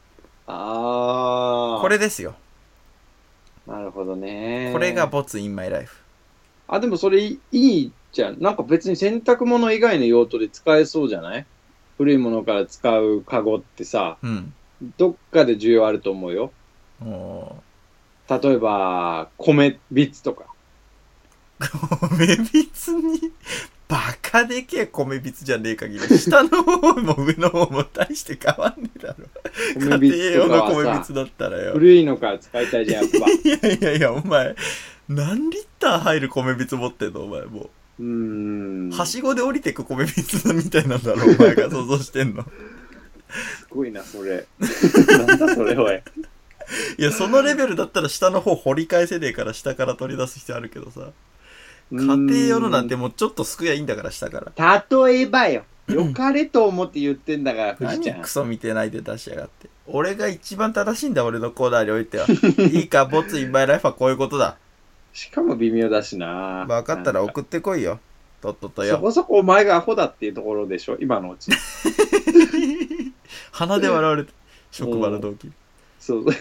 これですよ。 なるほどね。 これがボツインマイライフ。 でもそれいいじゃん。なんか別に洗濯物以外の用途で使えそうじゃない？古いものから使うカゴってさ、どっかで需要あると思うよ。例えば、米びつとか。 米びつにバカでけえ米びつじゃねえ限り下の方も上の方も大して変わんねえだろ。 米びつとかはさ、 家庭用の米びつだったらよ。 古いのから使いたいじゃん、やっぱ。いやお前何リッター入る米びつ持ってんのお前もう。はしごで降りてく米びつみたいなんだろお前が想像してんの。 すごいなそれ。なんだそれおい。 いやそのレベルだったら下の方掘り返せねえから下から取り出す必要あるけどさ。家庭用のなんてもうちょっとすくやいいんだから下から。 例えばよ。よかれと思って言ってんだから、藤ちゃん。 何クソ見てないで出しやがって。俺が一番正しいんだ俺のコーナーにおいては。いいかボツインマイライフはこういうことだ。 しかも微妙だしな。 分かったら送ってこいよ。とっととよ。 そこそこお前がアホだっていうところでしょ今のうち。 鼻で笑われて職場の同期。 そう。バカ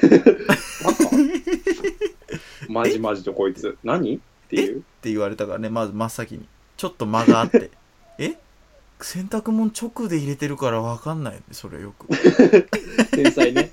マジマジとこいつ。何っていうって言われたからね、まず真っ先に。ちょっと間があって。洗濯物直で入れてるから分かんないよね、それよく。 天才ね。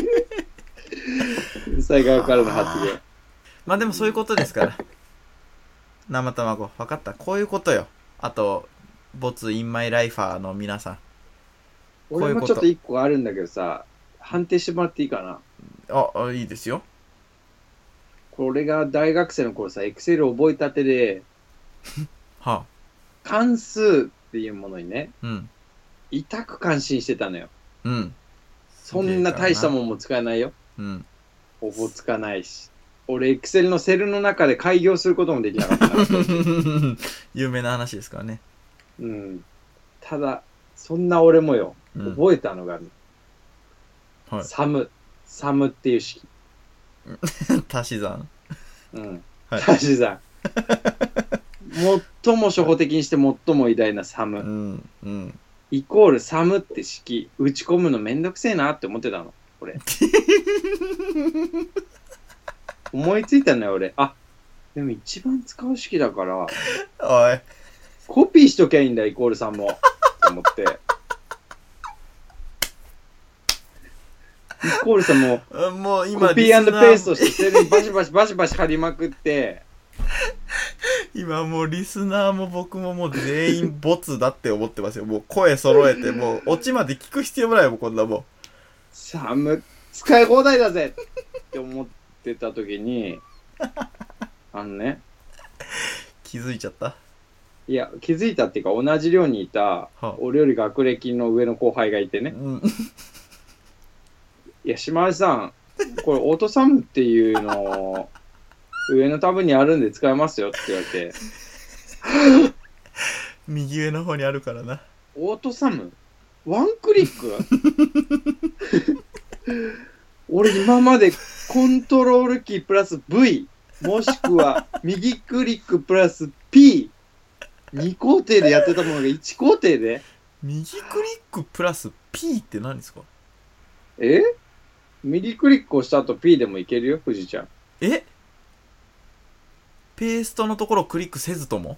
天才側からの発言。 まあでもそういうことですから。生卵、分かった。こういうことよ。あと、ボツインマイライファーの皆さん。 俺もちょっと一個あるんだけどさ、判定してもらっていいかな。 いいですよ。 これが大学生の頃さ、エクセル覚えたてで、関数っていうものにね、痛く感心してたのよ。そんな大したもんも使えないよ。ほぼつかないし。俺、エクセルのセルの中で開業することもできなかったから。 有名な話ですからね。 ただ、そんな俺もよ、覚えたのがある。サムっていう式。 足し算。 足し算。最も初歩的にして最も偉大なサム。イコールサムって式、打ち込むのめんどくせえなって思ってたの。これ。思いついたのよ、俺。でも一番使う式だから、コピーしときゃいいんだ、イコールサムを。と思って。イコールサムを、 もう今コピー&ペーストして、セルにバシバシ貼りまくって、 今もうリスナーも僕ももう全員ボツだって思ってますよ。もう声揃えて、もうオチまで聞く必要もないもん、こんなもん。 サム、使い放題だぜって思ってた時に、 気づいちゃった？ いや、気づいたっていうか、同じ寮にいた、俺より学歴の上の後輩がいてね。いや、島内さん、これオートサムっていうの、上のタブにあるんで使えますよって言われて。 右上の方にあるからな。 オートサムワンクリック俺今までコントロールキープラス V もしくは右クリックプラス P2 工程でやってたものが1工程で右クリックプラス P って何ですか？ 右クリックをした後 P でもいけるよ、藤ちゃん。 ペーストのところをクリックせずとも？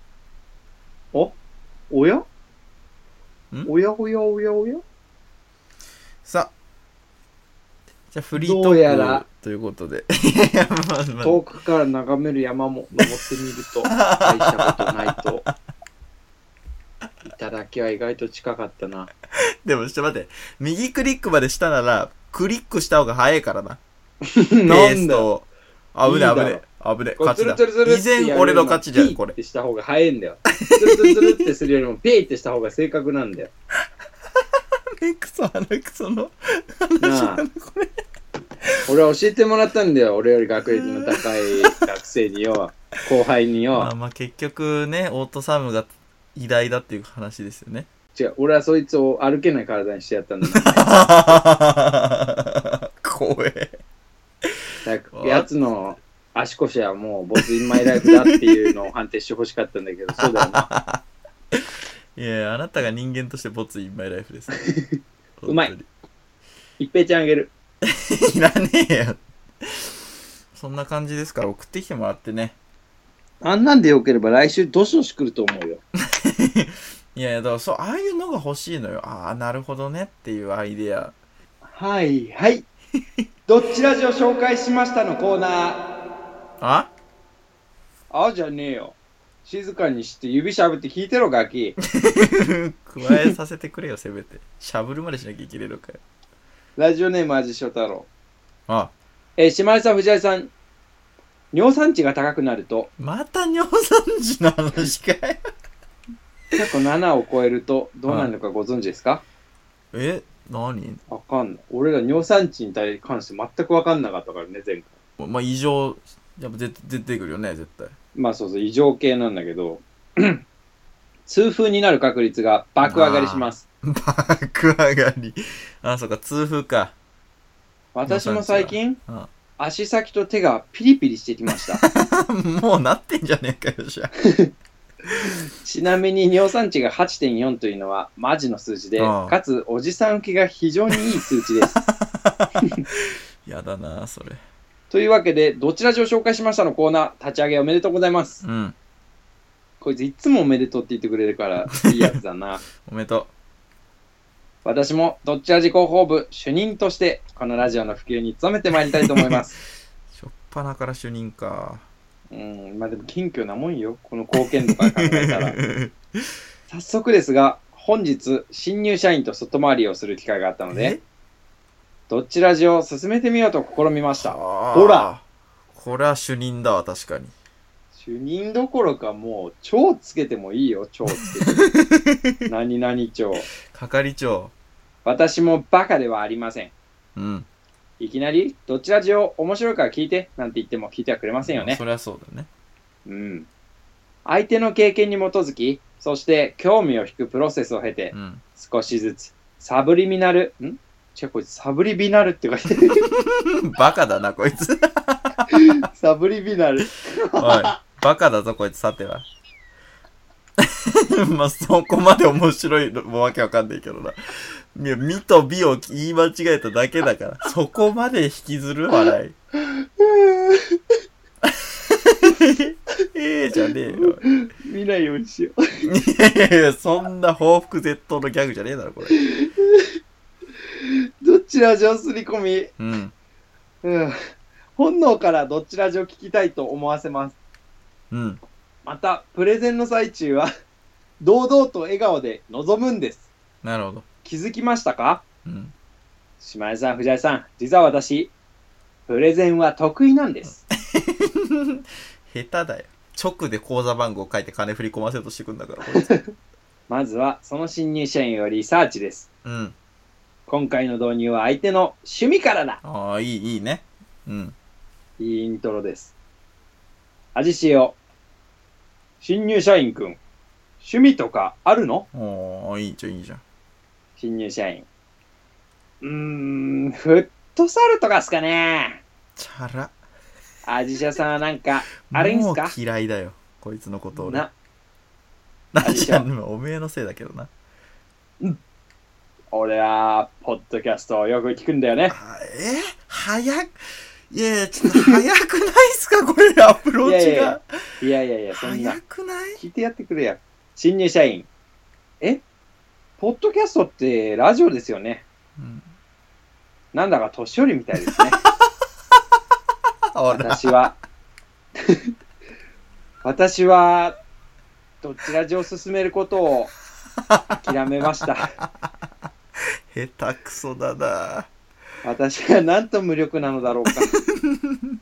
おやおやさあ、じゃあフリートークということで遠くから眺める山も登ってみると大したことないと。頂は意外と近かったな。 でもちょっと待って、右クリックまでしたならクリックした方が早いからな。 なんだよ。 危ねえ。 危ね、 こう勝ちだ。 ツルツルツル依然俺の勝ちじゃん、これピーって。した方が早いんだよ。ツルツルツルってするよりもピーってした方が正確なんだよ。 クソ鼻クソのなあ、俺は教えてもらったんだよ。俺より学歴の高い学生によ、後輩によ。 まあ結局ね、オートサムが偉大だっていう話ですよね。 違う、俺はそいつを歩けない体にしてやったんだ。 怖え。 やつの足腰はもうボツインマイライフだっていうのを判定してほしかったんだけど、そうだよな。 いや、あなたが人間としてボツインマイライフです。 うまい。一平ちゃんあげる。 いらねえよ。そんな感じですから送ってきてもらってね。 あんなんでよければ来週どしどし来ると思うよ。 いやいや、だからそう、ああいうのが欲しいのよ。ああ、なるほどねっていうアイデア。 はいはい。どっちラジオ紹介しましたのコーナー。 あじゃねえよ。静かにして指しゃぶって聞いてろガキ。 加えさせてくれよ、せめて。しゃぶるまでしなきゃいけねえのかよ。 ラジオネーム味翔太郎。 あ、 島根さん藤井さん、尿酸値が高くなるとまた尿酸値の話かい。 過去7を超えるとどうなるのかご存知ですか？ 何？ わかんない。俺ら尿酸値に関して全くわかんなかったからね、前回。 まあ異常、やっぱ出てくるよね、絶対。 まあそうそう、異常系なんだけど、痛風になる確率が爆上がりします。 爆上がり。そうか、痛風か。 私も最近、足先と手がピリピリしてきました。 もうなってんじゃねえかよ、じゃあ。 ちなみに尿酸値が 8.4 というのはマジの数字で、かつおじさん受けが非常にいい数値です。 やだなそれ。 というわけで、どちらじを紹介しましたのコーナー、立ち上げおめでとうございます。 うん。 こいついつもおめでとうって言ってくれるからいいやつだな。 おめでとう。 私もどっちらじ広報部主任としてこのラジオの普及に努めてまいりたいと思います。 しょっぱなから主任か。 まあでも謙虚なもんよ、この貢献度から考えたら。早速ですが、本日新入社員と外回りをする機会があったので、どっちラジを進めてみようと試みました。ほら、 これは主任だわ、確かに。 主任どころかもう超つけてもいいよ、超つけて。何々長。 係長。 私もバカではありません。 うん。 いきなりどっちラジオ面白いから聞いてなんて言っても聞いてはくれませんよね。 そりゃそうだね。 うん。相手の経験に基づき、そして興味を引くプロセスを経て、少しずつサブリミナル、こいつサブリビナルって書いてる。 バカだなこいつ。 サブリビナル。 おい、バカだぞこいつ、さては。まあ、そこまで面白いのもわけわかんないけどな。いや、みとびを言い間違えただけだから。そこまで引きずる笑い。じゃねえよ。 見ないようにしよう。 いやいや、そんな報復絶倒のギャグじゃねえだろ、これ。 どっちラジオすり込み。本能からどっちラジオ聞きたいと思わせます。また、プレゼンの最中は、堂々と笑顔で臨むんです。 なるほど。 気づきましたか？島根さん、藤井さん、実は私、プレゼンは得意なんです。 下手だよ。直で口座番号書いて金振り込ませようとしてくんだから、こいつ。 まずは、その新入社員をリサーチです。今回の導入は相手の趣味からだ。 ああ、いいね。 いいイントロです。味塩。新入社員くん、趣味とかあるの？ いいじゃん、いいじゃん。 新入社員。フットサルとかっすかね。 チャラ。 味シャさんはなんか、あれんすか？ もう嫌いだよ、こいつのこと俺。 味おめえのせいだけどな。 俺は、ポッドキャストをよく聞くんだよね。 いやちょっと早くないっすかこれ、アプローチが。 いや、そんな。 早くない？ 聞いてやってくれや。新入社員。ポッドキャストってラジオですよね。なんだか年寄りみたいですね。私は、どっちラジオを進めることを諦めました。 下手くそだな。 私はなんと無力なのだろうか。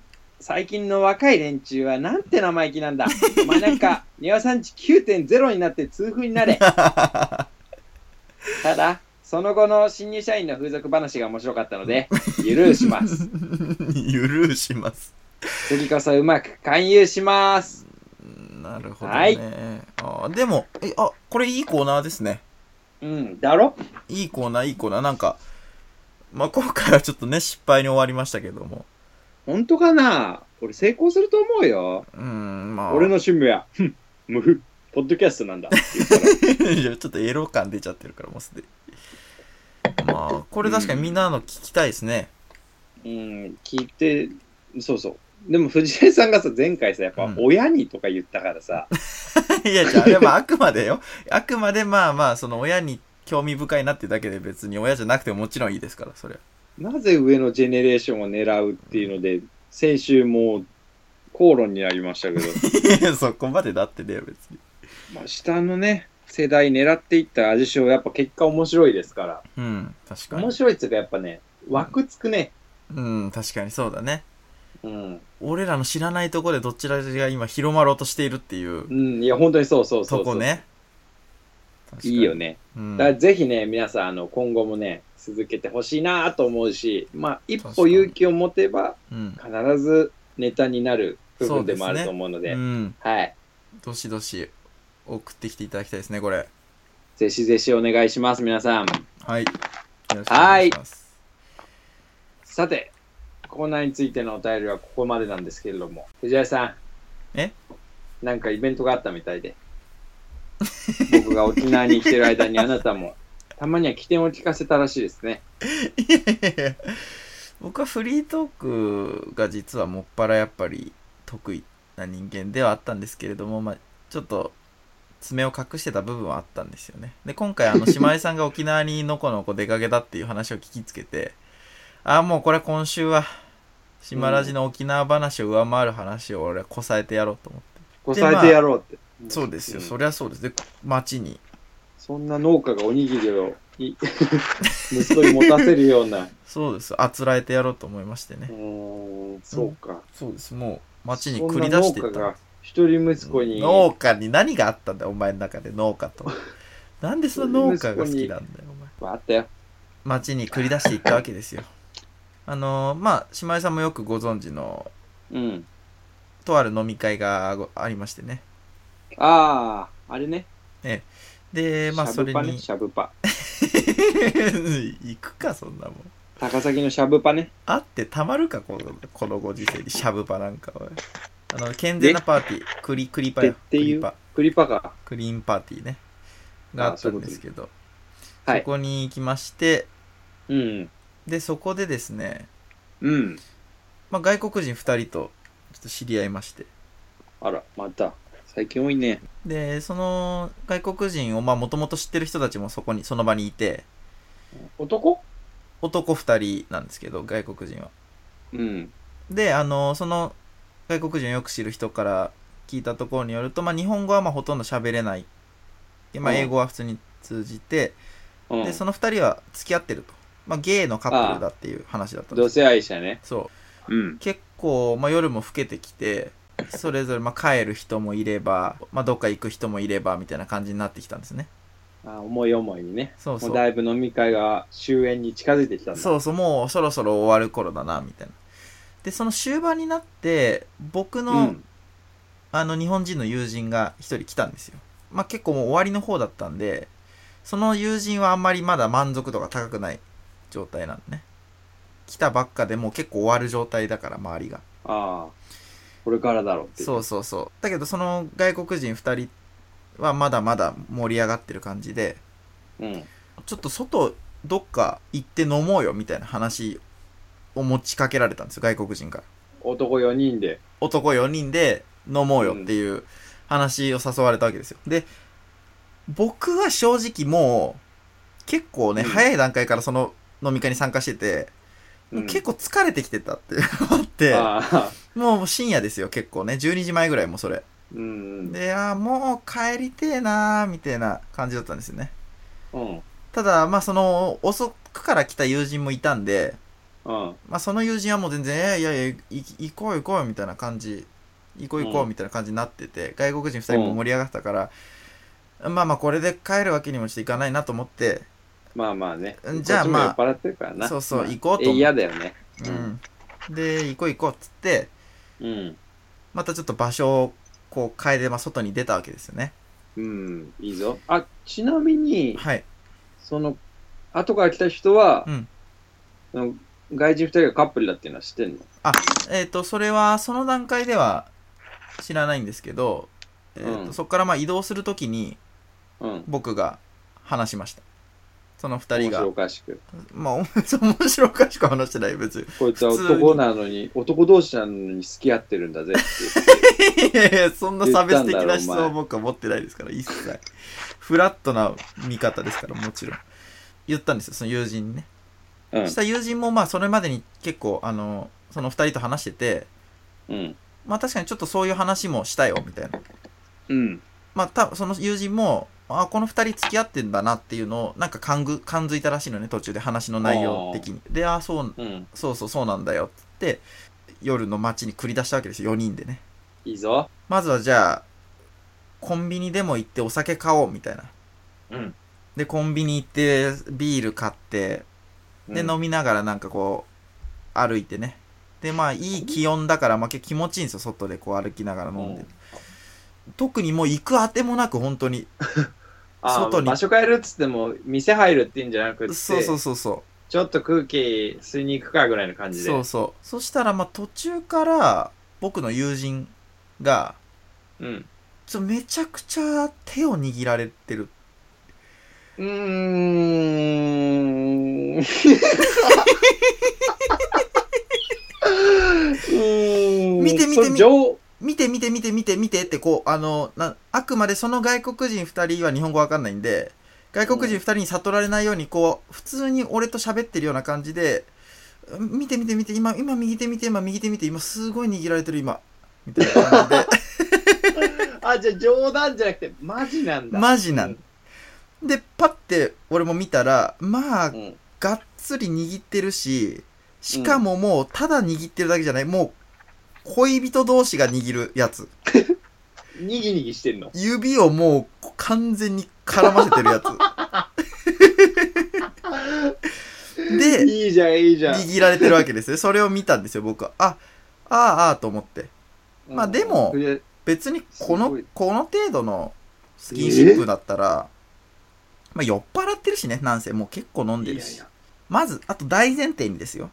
最近の若い連中はなんて生意気なんだ。お前なんか、庭産地 9.0 になって痛風になれ。ただ、その後の新入社員の風俗話が面白かったので、ゆるーします。 ゆるーします。 次こそうまく勧誘します。 なるほどね。はい、でも、これいいコーナーですね。 うん、だろ？ いいコーナー。なんか、まあ、今回はちょっとね、失敗に終わりましたけども。 本当かな？俺成功すると思うよ。 まあ。 俺の趣味は、無風、ポッドキャストなんだ。 いや、ちょっとエロ感出ちゃってるから、もうすでに。まあ、これ確かにみんなの聞きたいですね。 聞いて、そうそう。でも藤井さんがさ、前回さ、やっぱ親にとか言ったからさ。 いや、じゃあ、あれはあくまでよ。あくまでまあまあ、その親に興味深いなってだけで別に親じゃなくてももちろんいいですから、それは。 なぜ上のジェネレーションを狙うっていうので、先週もう口論になりましたけど。 いや、そこまでだってね、別に。 まあ、下のね、世代狙っていった味賞、やっぱ結果面白いですから。 うん、確かに。 面白いっていうかやっぱね、枠つくね。 うん、確かにそうだね。 うん。 俺らの知らないとこでどちらが今広まろうとしているっていう。 うん、いや、本当にそう。 とこね。 いいよね。だからぜひね、皆さん、今後もね、続けてほしいなと思うし、まあ、一歩勇気を持てば、必ずネタになる部分でもあると思うので、はい。 どしどし送ってきていただきたいですね、これ。 ぜひぜひお願いします、皆さん。 はい。よろしくお願いします。 さて、コーナーについてのお便りはここまでなんですけれども、藤井さん。なんかイベントがあったみたいで。僕が沖縄に来てる間にあなたもたまには起点を聞かせたらしいですね。 いや僕はフリートークが実はもっぱらやっぱり得意な人間ではあったんですけれども、まあ、ちょっと爪を隠してた部分はあったんですよね。で今回姉妹さんが沖縄にのこのこ出かけたっていう話を聞きつけて、もうこれ今週は島ラジの沖縄話を上回る話を俺はこさえてやろうと思って。 こさえてやろうって。 そうですよ、そりゃそうです。で町にそんな農家がおにぎりを息子に持たせるようなそうです、あつらえてやろうと思いましてね。 そうか、 そうです。もう町に繰り出していった。 農家が一人息子に、 農家に何があったんだよお前の中で農家と。なんでその農家が好きなんだよお前。 あったよ。 町に繰り出していったわけですよ。まあ姉妹さんもよくご存知の、とある飲み会がありましてね。 あれね。 で、まあそれに。 シャブパ。 行くか、そんなもん。 高崎のシャブパね。 あってたまるか、このご時世にシャブパなんかは。健全なパーティー、クリパよ。 クリパか。 クリーンパーティーね。があったんですけど。そこに行きまして、で、そこでですね、まあ外国人2人とちょっと知り合いまして。 あら、また。最近多いね。 で、その外国人をもともと知ってる人たちもその場にいて。 男 2人なんですけど、外国人は。で、その外国人をよく知る人から聞いたところによると、まあ日本語はほとんど喋れない。で、まあ英語は普通に通じて、で、その2人は付き合ってると。まあゲイのカップルだっていう話だったんです。 同性愛者ね。 そう。結構、まあ夜も更けてきて、それぞれ帰る人もいれば、まあ、どっか行く人もいればみたいな感じになってきたんですね。 思い思いにね。 そう。 もうだいぶ飲み会が終焉に近づいてきたんだ。 そう、もうそろそろ終わる頃だなみたいな。でその終盤になって僕の、日本人の友人が一人来たんですよ。まあ結構もう終わりの方だったんで、その友人はあんまりまだ満足度が高くない状態なんでね。来たばっかでもう結構終わる状態だから周りが。 これからだろうっていう。 そう。だけどその外国人2人はまだまだ盛り上がってる感じで、ちょっと外どっか行って飲もうよみたいな話を持ちかけられたんですよ、外国人から。 男4人で飲もうよっていう話を誘われたわけですよ。で、僕は正直もう結構ね、早い段階からその飲み会に参加してて、結構疲れてきてたって思って、もう深夜ですよ、結構ね、12時前ぐらいもそれ。で、もう帰りてえなーみたいな感じだったんですよね。ただ、まあその遅くから来た友人もいたんで、 まあその友人はもう全然、いやいや、行こう行こうみたいな感じ、行こう行こうみたいな感じになってて、外国人2人も盛り上がったから、まあまあこれで帰るわけにもちょっといかないなと思って、 まあまあね。 じゃあまあ、 酔っ払ってるからな。 そうそう、行こうと思って。 嫌だよね。 で、行こう行こうっつって、またちょっと場所をこう変えて、まあ外に出たわけですよね。 いいぞ。あ、ちなみに、 はい。 その、後から来た人は、外人2人がカップルだっていうのは知ってんの？ それは、その段階では知らないんですけど、そこからまあ移動するときに、僕が話しました。その2人が。 面白おかしく。 まあ、面白おかしく話してない、別に。 こいつは男なのに、男同士なのに付き合ってるんだぜって言って。いやいや、そんな差別的な思想は僕は持ってないですから、一切。フラットな見方ですから、もちろん。言ったんですよ、その友人にね。そしたら友人もまあそれまでに結構その2人と話してて、まあ確かにちょっとそういう話もしたよみたいな、まあその友人もこの2人付き合ってんだなっていうのをなんか感づいたらしいのね、途中で話の内容的に。でそうなんだよって夜の街に繰り出したわけですよ、4人でね。 いいぞ。 まずはじゃあコンビニでも行ってお酒買おうみたいな。でコンビニ行ってビール買って、で飲みながらなんかこう歩いてね。でまあいい気温だからまあ気持ちいいんですよ、外でこう歩きながら飲んで。特にもう行くあてもなく本当に外に場所変えるっつっても店入るっていうんじゃなくて、 そうちょっと空気吸いに行くかぐらいの感じで。 そしたらまあ途中から僕の友人がめちゃくちゃ手を握られてる。見てってこうあくまでその外国人2人は日本語わかんないんで、外国人2人に悟られないようにこう普通に俺と喋ってるような感じで、見て今右手見て今すごい握られてる今みたいな感じでじゃあ冗談じゃなくてマジなんだ。 マジなんで、パッて俺も見たらまあ、がっつり握ってるし、しかももうただ握ってるだけじゃない、もう恋人同士が握るやつにぎにぎしてんの？ 指をもう完全に絡ませてるやつで、 いいじゃん握られてるわけですよ。それを見たんですよ、僕は。と思って。まあでも別にこの程度のスキンシップだったら、まあ酔っ払ってるしね、なんせもう結構飲んでるし。まずあと大前提にですよ、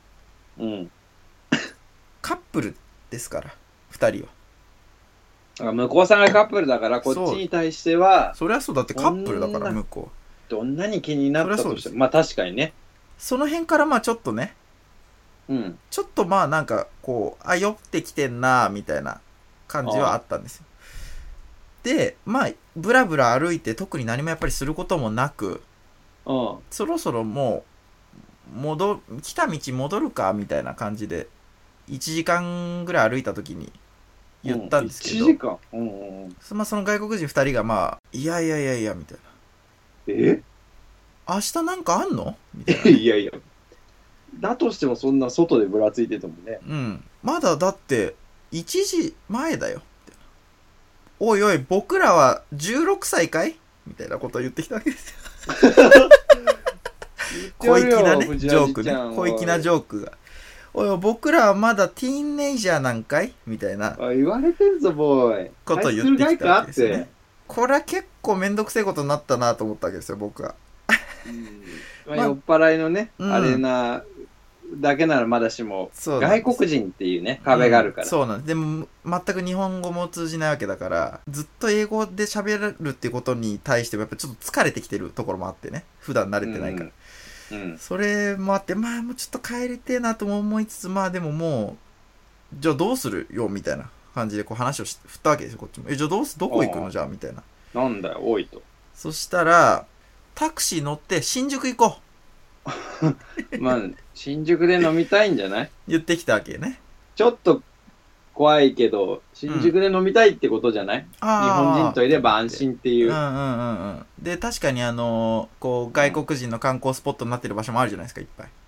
カップルですから2人は。 向こうさんがカップルだからこっちに対してはそりゃそうだって、カップルだから向こうどんなに気になったとしてもまあ確かにね、 その辺からまあちょっとね、ちょっとまあなんかこう酔ってきてんなみたいな感じはあったんですよ。でまあブラブラ歩いて特に何もやっぱりすることもなく、そろそろもう来た道戻るかみたいな感じで1時間ぐらい歩いた時に言ったんですけど、 1時間、 まあ、その外国人2人がまあいやみたいな、明日なんかあんのみたいな、 いやだとしてもそんな外でぶらついててもね、 まだだって1時前だよみたいな、おい僕らは16歳かいみたいなことを言ってきたわけですよ小粋なねジョークね、小粋なジョークが、おい僕らはまだティーンネイジャーなんかいみたいな言われてんぞボーイことを言ってきたわけですよね。これは結構めんどくせえことになったなと思ったわけですよ、僕は。 酔っ払いのね、あれなだけならまだしも外国人っていうね壁があるから、 そうなんです。でも全く日本語も通じないわけだから、ずっと英語で喋るっていうことに対してもやっぱちょっと疲れてきてるところもあってね、普段慣れてないから、それもあってまあもうちょっと帰りてえなとも思いつつ、まあでももうじゃあどうするよみたいな感じでこう話を振ったわけですよ、こっちも。じゃあどこ行くのじゃあみたいな。 なんだよ多いと。 そしたらタクシー乗って新宿行こうまあ新宿で飲みたいんじゃない言ってきたわけね。 ちょっと怖いけど新宿で飲みたいってことじゃない、日本人といれば安心っていう。で確かにこう外国人の観光スポットになってる場所もあるじゃないですか、いっぱい。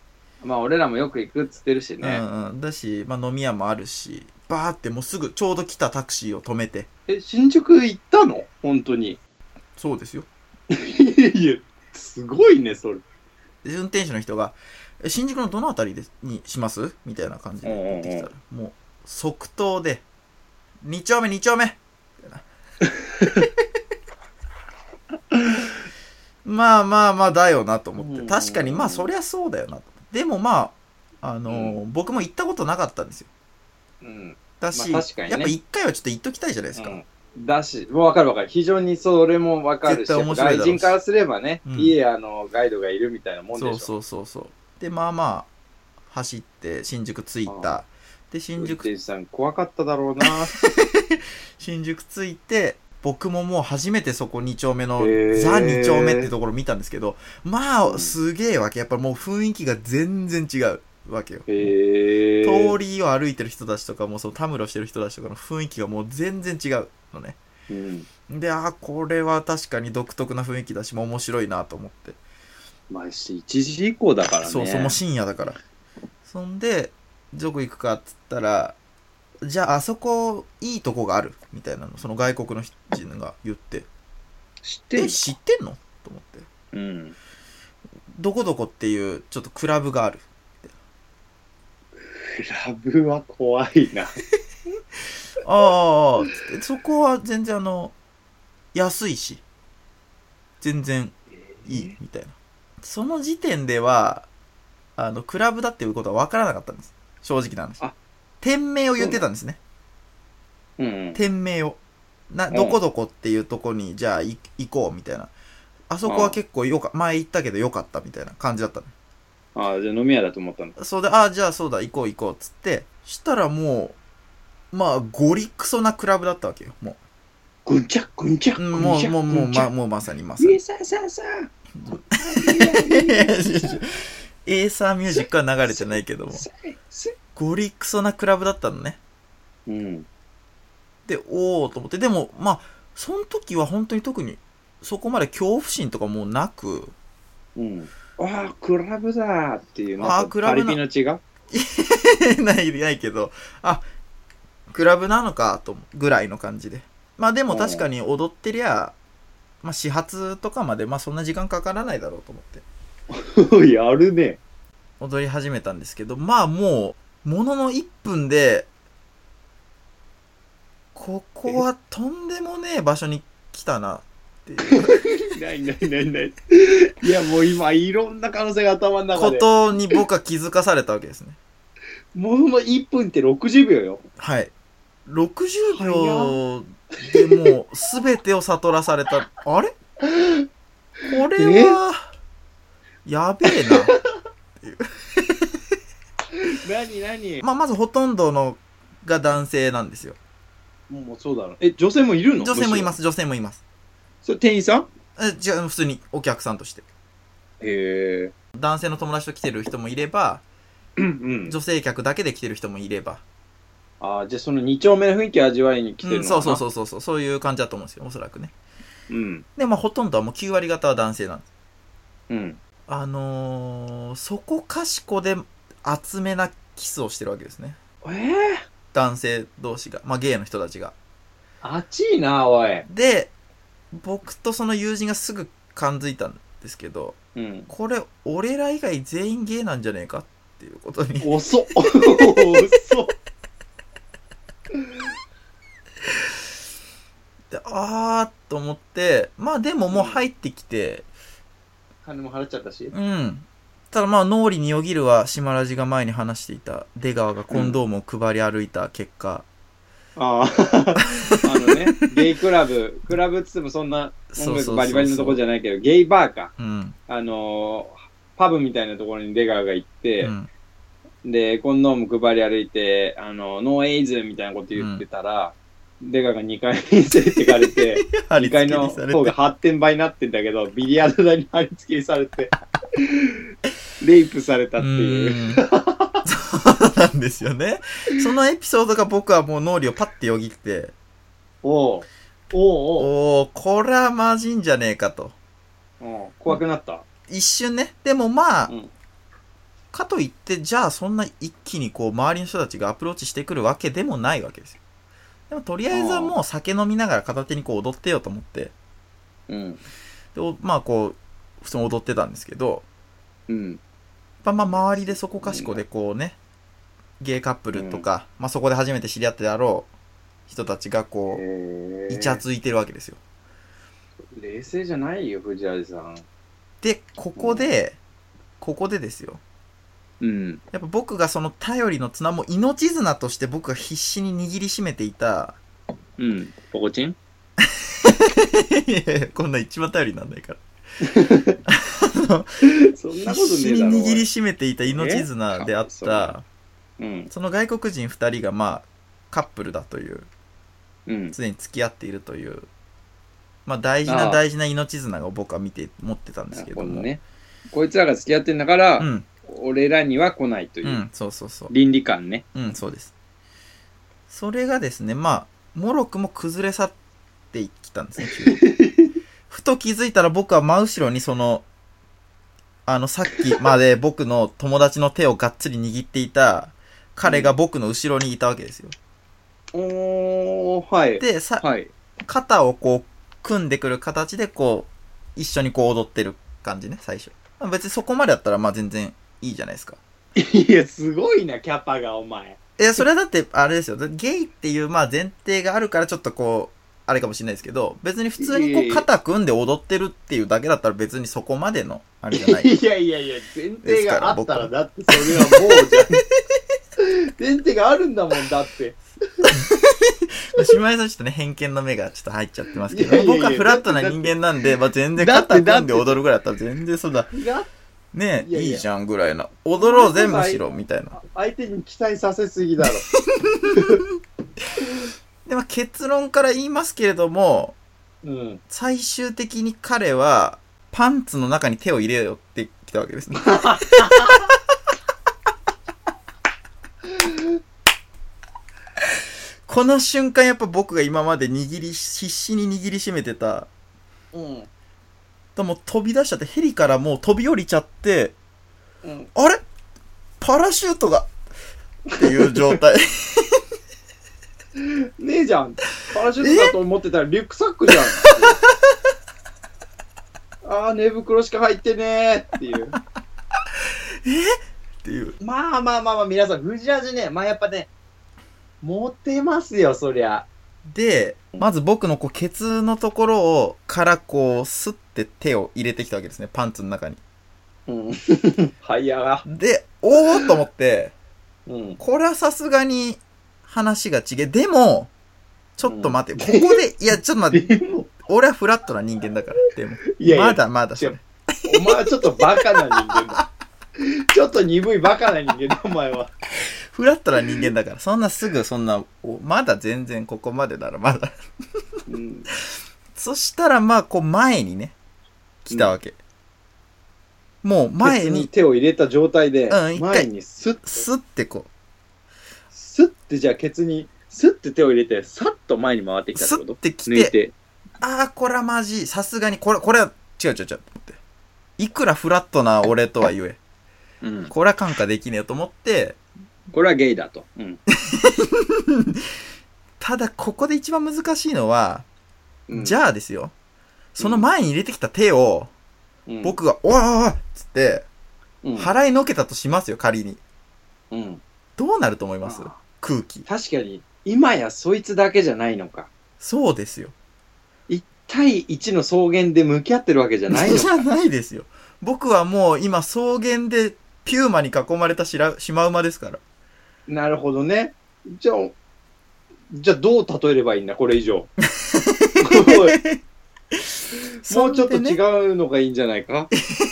まあ俺らもよく行くっつってるしね。 うんうん。だし、まあ飲み屋もあるし、バーってもうすぐちょうど来たタクシーを止めて。 新宿行ったの？本当に。 そうですよ。 いや、すごいね、それ。 で、運転手の人が、新宿のどのあたりにしますみたいな感じで言ってきたら、もう即答で、2丁目2丁目まあまあまあだよなと思って、確かにまあそりゃそうだよなと。でもまあ僕も行ったことなかったんですよ。 うん。 だし、 まあ確かにね、 やっぱ一回はちょっと行っときたいじゃないですか。 だし、もう分かる分かる。非常にそれも分かるし、外人からすればね、いいガイドがいるみたいなもんでしょ。 そうそうそう。で、まあまあ、走って新宿着いた。で、新宿。 運転手さん怖かっただろうな。 新宿着いて、僕ももう初めてそこ2丁目の、ザ2丁目ってところ見たんですけど、まあ、すげえわけ。やっぱもう雰囲気が全然違うわけよ。通りを歩いてる人たちとかも、そのたむろしてる人たちとかの雰囲気がもう全然違うのね。で、これは確かに独特な雰囲気だし、もう面白いなと思って。 まあ、1時以降だからね。 そう、もう深夜だから。そんで、どこ行くかっつったら、じゃああそこいいとこがあるみたいなのその外国の人が言って、知ってんのと思って、どこどこっていうちょっとクラブがある。 クラブは怖いな。 ああ、そこは全然安いし全然いいみたいな。その時点ではクラブだっていうことは分からなかったんです、正直な話。店名を言ってたんですね。店名をどこどこっていうとこにじゃあ行こうみたいな。あそこは結構前行ったけどよかったみたいな感じだったの。 じゃあ飲み屋だと思ったの。 そうで、じゃあそうだ行こうっつって、したらもうまあゴリクソなクラブだったわけよ。もうぐんちゃぐんちゃ、 もうまさにエーサーミュージックは流れてないけども、ゴリクソなクラブだったのね。で、おーと思って、でもまあその時は本当に特にそこまで恐怖心とかもなく、 クラブだっていうの。 クラブパリピの血がないけど、クラブなのかとぐらいの感じで。まあでも確かに踊ってりゃ、まあ始発とかまでそんな時間かからないだろうと思って。 やるね。 踊り始めたんですけど、まあもうものの1分で、ここはとんでもねえ場所に来たなっていうないいやもう今いろんな可能性が頭の中でことに僕は気づかされたわけですね。 ものの1分って60秒よ。 はい、60秒でもう全てを悟らされた。あれこれはやべえなっていう何まずほとんどのが男性なんですよ。 もうそうだろう。女性もいるの？ 女性もいます。 それ店員さん？ 違う、普通にお客さんとして。 へえ。 男性の友達と来てる人もいれば、女性客だけで来てる人もいれば。 じゃあその2丁目の雰囲気味わいに来てるのかな。 そういう感じだと思うんですよ、おそらくね。 でほとんどはもう9割方は男性なんです。そこかしこで厚めなキスをしてるわけですね。男性同士が、ゲイの人たちが。 熱いな、おい。 で、僕とその友人がすぐ感づいたんですけど、これ俺ら以外全員ゲイなんじゃねえかっていうことに。 遅っで、と思って、でももう入ってきて、 金も払っちゃったし。 ただ脳裏によぎるは島ラジが前に話していた出川がコンドームを配り歩いた結果、 ゲイクラブっつってもそんな音楽バリバリのとこじゃないけど、ゲイバーか、パブみたいなところに出川が行って、でコンドーム配り歩いてノーエイズみたいなこと言ってたら、出川が2階に連れてかれて2階の方が発展場になってんだけど、ビリヤード台に貼り付けされてレイプされたっていう。 そうなんですよね。そのエピソードが僕はもう脳裏をパッてよぎって、これはマジんじゃねえかと。 怖くなった。 一瞬ね。でもかといってじゃあそんな一気にこう周りの人たちがアプローチしてくるわけでもないわけですよ。でもとりあえずはもう酒飲みながら片手にこう踊ってようと思って、 うん。 でまあこう普通に踊ってたんですけど、 うん。 まあ周りでそこかしこでこうね、ゲイカップルとか、まあそこで初めて知り合ったであろう人たちがこうイチャついてるわけですよ。 冷静じゃないよ藤原さん。 でここでですよ。 うん。 やっぱ僕がその頼りの綱も命綱として僕が必死に握りしめていた。 うん。ポコチンいやいやこんな一番頼りになんないから。 そんなことねえだろ。 必死に握りしめていた命綱であった、 うん、 その外国人2人がまあカップルだという、 うん、 常に付き合っているという、まあ大事な命綱を僕は持ってたんですけども、 ね、こいつらが付き合ってんだから、うん、俺らには来ないという、うん、 そう倫理観ね。 うん、そうです。それがですね、まあもろくも崩れ去ってきたんですね。ふと気づいたら僕は真後ろにさっきまで僕の友達の手をがっつり握っていた彼が僕の後ろにいたわけですよ。 はい。 で、はい、肩をこう組んでくる形でこう一緒にこう踊ってる感じね、最初。別にそこまでだったらまあ全然いいじゃないですか。 いや、すごいな、キャパがお前。 いや、それはだってあれですよ。ゲイっていうまあ前提があるからちょっとこう、あれかもしれないですけど、別に普通にこう肩組んで踊ってるっていうだけだったら別にそこまでのあれじゃない。 いや、前提があったらだってそれはもうじゃん。前提があるんだもんだって。 島井さんちょっとね、偏見の目がちょっと入っちゃってますけど、僕はフラットな人間なんで、まあ全然肩組んで踊るぐらいだったら全然そうだ。ねえ、いいじゃんぐらいな。踊ろうぜむしろみたいな。 相手に期待させすぎだろ。 でも結論から言いますけれども、 うん、 最終的に彼はパンツの中に手を入れよってきたわけですね。この瞬間やっぱ僕が今まで必死に握りしめてた、 うん、 でも飛び出しちゃってヘリからもう飛び降りちゃって、 うん、 あれパラシュートがっていう状態。 ねえじゃん。パラシュートだと思ってたらリュックサックじゃん。あー、寝袋しか入ってねーっていう。 っていう。 まあ、皆さん、藤味ね、まあやっぱね、モテますよ、そりゃ。 で、まず僕のこうケツのところからこう、スッて手を入れてきたわけですね、パンツの中に。 うん。はいやが。 で、おーっと思って、 うん、 これはさすがに、話が違え。でも、ちょっと待って、ここで、いや、ちょっと待って、俺はフラットな人間だから。でも、まだそれ。 お前はちょっとバカな人間だ。ちょっと鈍いバカな人間だ、お前は。 フラットな人間だから、そんなすぐ、まだ全然ここまでならまだ。 うん、 そしたら、まあ、こう、前にね、来たわけ。うん、もう、前に。 手を入れた状態で、 前にスッてこう。 スッてじゃあケツにスッて手を入れてさっと前に回ってきたってこと？ スッてきて、あーこれはマジさすがにこれは違うっていくらフラットな俺とは言え、うん、これは感化できねえと思って、 これはゲイだと、うん、 ただここで一番難しいのは、うん、じゃあですよ、その前に入れてきた手を、うん、僕がおーっつって、うん、払いのけたとしますよ仮に、うん、どうなると思います？空気。 確かに今やそいつだけじゃないのか。 そうですよ。 1対1の草原で向き合ってるわけじゃないのか。 じゃないですよ。僕はもう今草原でピューマに囲まれたシマウマですから。 なるほどね。じゃあどう例えればいいんだこれ以上。もうちょっと違うのがいいんじゃないか。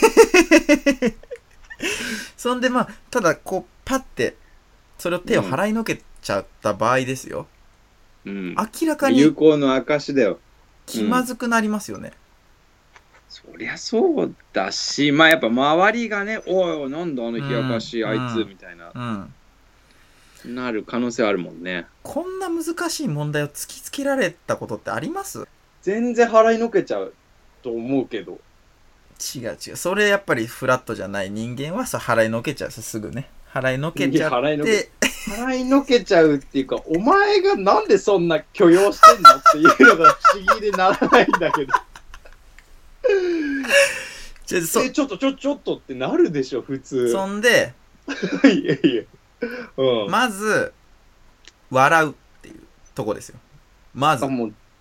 そんでまあただこうパッてそれを手を払いのけちゃった場合ですよ。うん、明らかに友好の証だよ。 気まずくなりますよね。 そりゃそうだし、まあやっぱ周りがね、おいなんだあの冷やかし、あいつみたいな、なる可能性あるもんね。 こんな難しい問題を突きつけられたことってあります？ 全然払いのけちゃうと思うけど。 違う違う。それやっぱりフラットじゃない人間はさ、払いのけちゃうすぐね。払いのけちゃって。 払いのけちゃうっていうか、お前がなんでそんな許容してんのっていうのが不思議でならないんだけど。ちょっとってなるでしょ、普通。 そんで、 いやいや、 うん、まず、笑うっていうとこですよ。まず、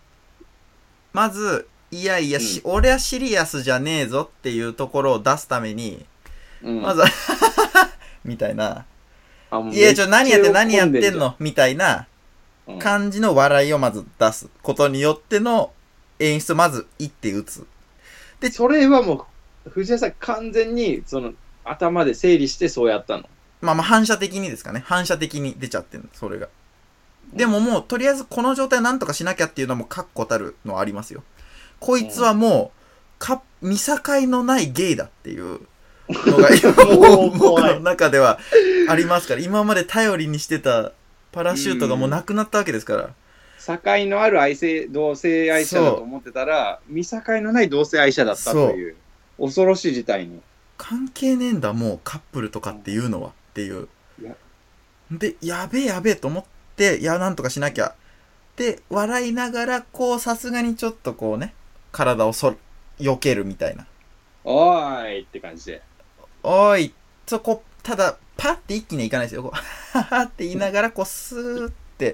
いやいや、俺はシリアスじゃねえぞっていうところを出すために、まず、みたいな。いや、何やってんのみたいな感じの笑いをまず出すことによっての演出をまず一手打つ。 で、それはもう、藤谷さん完全に、頭で整理してそうやったの。 まあ反射的にですかね。反射的に出ちゃってんの、それが。でももう、とりあえずこの状態なんとかしなきゃっていうのも確固たるのはありますよ。こいつはもう、見境のないゲイだっていうのが僕の中ではありますから、今まで頼りにしてたパラシュートがもうなくなったわけですから。 境のある同性愛者だと思ってたら、見境のない同性愛者だったという、恐ろしい事態に。 関係ねえんだ、もうカップルとかっていうのはっていう。で、やべえと思って、いや、なんとかしなきゃ。で、笑いながら、さすがにちょっとね、体を避けるみたいな。 おーいって感じで。 おーい、ただ、パッて一気にはいかないですよ。ははって言いながら、スーって、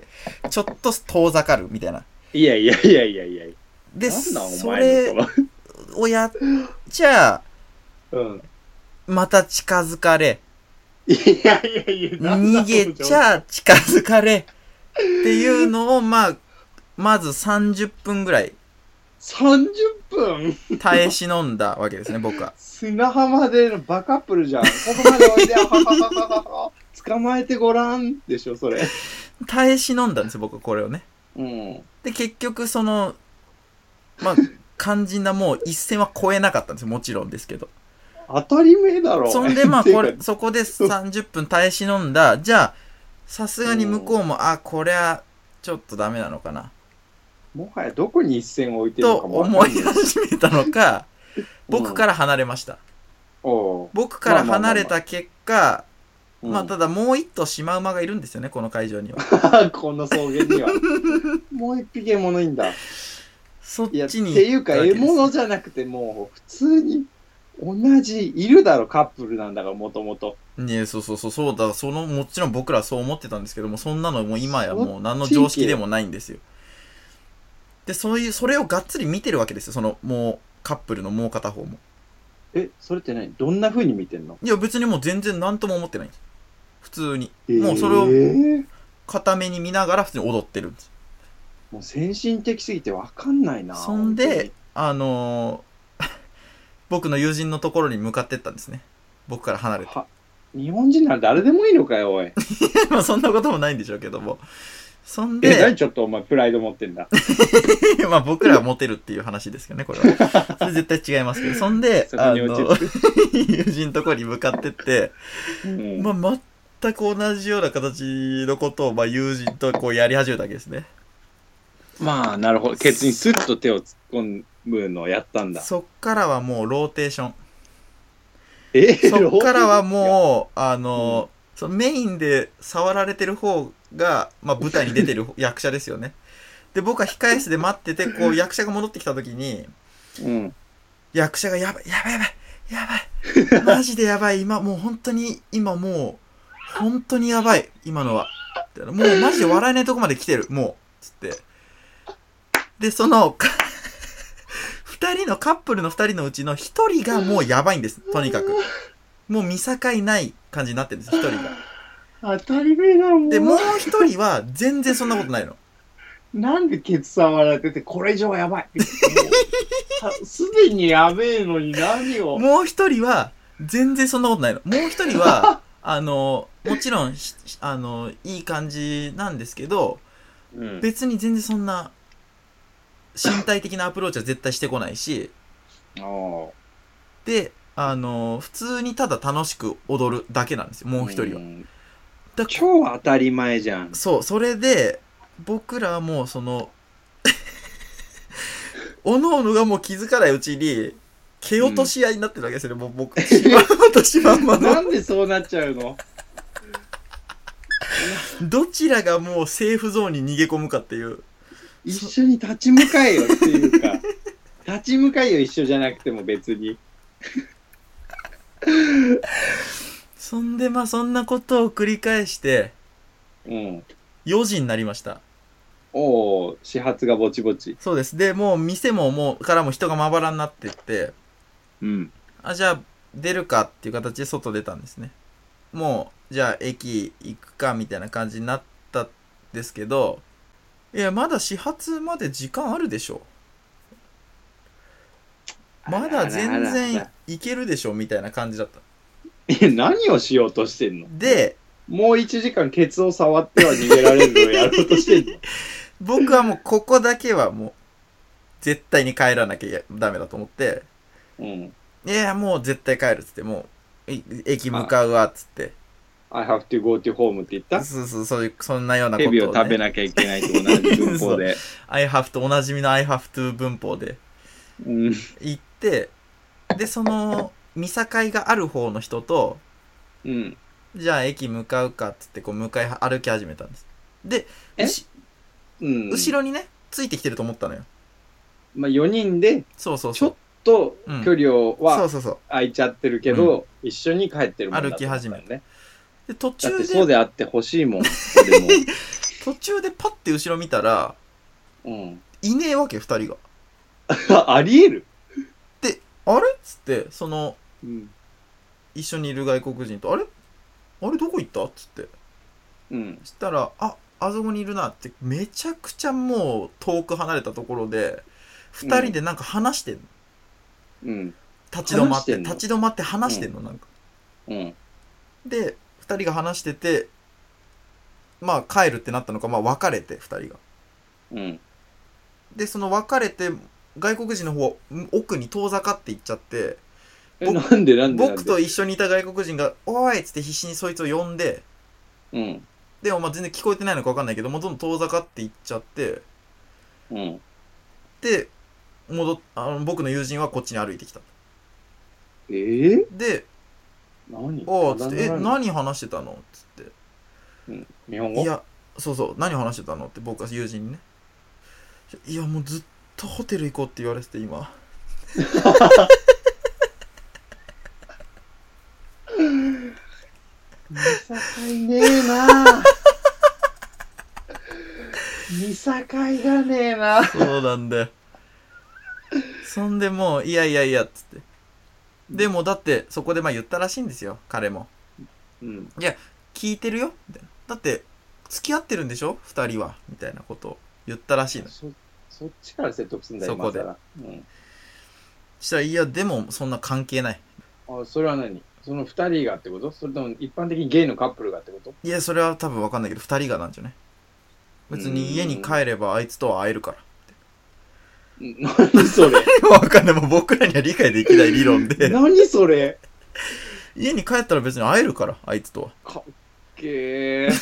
ちょっと遠ざかるみたいな。 いや。 で、それをやっちゃ、また近づかれ。 いや。 逃げちゃ近づかれ。っていうのを、まず30分ぐらい。 30分耐え忍んだわけですね、僕は。 砂浜でのバカップルじゃん。ここまでおいでよ、捕まえてごらんでしょ、それ。 耐え忍んだんですよ、僕はこれをね。で、結局、肝心なもう一線は越えなかったんですよ、もちろんですけど。 当たり前だろ。 そんで、そこで30分耐え忍んだ。じゃあ、さすがに向こうも、これは、ちょっとダメなのかな。 もはやどこに一線を置いてるのかも思い始めたのか、僕から離れました。僕から離れた結果、ただもう一頭シマウマがいるんですよね、この会場には。この草原には。もう一匹獲物いいんだ。 そっちに。 っていうか、獲物じゃなくて、もう普通に同じ、いるだろ、カップルなんだから、もともと。 ねえ、そうだ、もちろん僕らはそう思ってたんですけども、そんなのもう今やもう何の常識でもないんですよ。で、それをがっつり見てるわけですよ、もう、カップルのもう片方も。 それって何？どんな風に見てんの？ いや、別にもう全然何とも思ってないんです。普通に。もうそれを、片目に見ながら普通に踊ってるんです。 もう先進的すぎてわかんないな。 そんで、僕の友人のところに向かってったんですね。僕から離れて。 日本人なら誰でもいいのかよ、おい。 そんなこともないんでしょうけども。そんで。 何ちょっとお前プライド持ってんだ。 僕らはモテるっていう話ですけどね、これは。それ絶対違いますけど。そんで、友人のところに向かってって、全く同じような形のことを、友人とやり始めたわけですね。 なるほど。ケツにスッと手を突っ込むのをやったんだ。 そっからはもうローテーション。 そっからはもう、メインで触られてる方が、舞台に出てる役者ですよね。で、僕は控え室で待ってて、役者が戻ってきた時に、役者がやばい、マジでやばい、もう本当にやばい、今のは。もうマジで笑えないとこまで来てる、もう、つって。で、カップルの二人のうちの一人がもうやばいんです。とにかく。もう見境ない感じになってるんです、一人が。 当たり前だもん。 で、もう一人は全然そんなことないの。 なんでケツ触られてて、これ以上はやばい。すでにやべえのに何を。 もう一人は全然そんなことないの。もう一人は、もちろん、いい感じなんですけど、別に全然そんな、身体的なアプローチは絶対してこないし、で、普通にただ楽しく踊るだけなんですよ、もう一人は。 超当たり前じゃん。 そう、それで、僕らはもうおのおのがもう気づかないうちに、 蹴落とし合いになってるわけですよね、もう僕、シマウマとシマウマの。 なんでそうなっちゃうの？ どちらがもうセーフゾーンに逃げ込むかっていう。 一緒に立ち向かえよっていうか、立ち向かえよ、一緒じゃなくても別に。 そんでそんなことを繰り返して、 うん。 4時になりました。 おー、始発がぼちぼち。 そうです。で、もう店もからも人がまばらになってって、 うん。 じゃあ出るかっていう形で外出たんですね。もう、じゃあ駅行くかみたいな感じになったんですけど、いや、まだ始発まで時間あるでしょ。まだ全然いけるでしょみたいな感じだった。 何をしようとしてんの？ で、 もう1時間ケツを触っては逃げられるのをやろうとしてんの？ 僕はもうここだけはもう絶対に帰らなきゃダメだと思って、 うん。いや、もう絶対帰るっつって、もう駅向かうわっつって。 I have to go to home って言った？ そんなようなことを、 ね。ヘビを食べなきゃいけないと同じ文法で。 I have to、おなじみの I have to 文法で。 うん。 行って、で、その、見境がある方の人と、 うん。 じゃあ駅向かうかっつってこう歩き始めたんです。で、後ろにね、ついてきてると思ったのよ。 まあ4人で、 ちょっと距離は空いちゃってるけど、一緒に帰ってるもんだと思ったよね。歩き始めて。で、途中で。だってそうであってほしいもん、俺も。 途中でパッて後ろ見たら、 うん。 いねえわけ、二人が。 ありえる？ で、あれっつって、 うん、 一緒にいる外国人と、あれどこ行ったっつって。 うん。 そしたら、あそこにいるなって、めちゃくちゃもう遠く離れたところで、二人でなんか話してんの。 うん。 立ち止まって話してんの、なんか。 うん。 で、二人が話してて、まあ帰るってなったのか、まあ別れて、二人が。 うん。 で、その別れて、外国人の方、奥に遠ざかっていっちゃって、 なんで僕と一緒にいた外国人が、おーいっつって必死にそいつを呼んで、 うん。 でもまあ全然聞こえてないのか分かんないけど、もうどんどん遠ざかっていっちゃって、 うん。 で、僕の友人はこっちに歩いてきた。 で、 何つって、何話してたのつって。 うん。日本語？ いや、そう、何話してたのって僕は友人にね。いや、もうずっとホテル行こうって言われてて、今。 見境ねえな。見境がねえな。 そうなんだよ。そんでもう、いやっつって。でもだってそこで言ったらしいんですよ、彼も。 うん。 いや、聞いてるよみたいな。だって付き合ってるんでしょ二人はみたいなことを言ったらしいの。 そっちから説得するんだよ、 そこで。 うん。 したら、いやでもそんな関係ない。 それは何？その二人がってこと？それとも一般的にゲイのカップルがってこと？ いや、それは多分分かんないけど、二人がなんじゃない？別に家に帰ればあいつとは会えるから。 何それ？ わかんない。もう僕らには理解できない理論で。 何それ？ 家に帰ったら別に会えるから、あいつとは。 かっけー。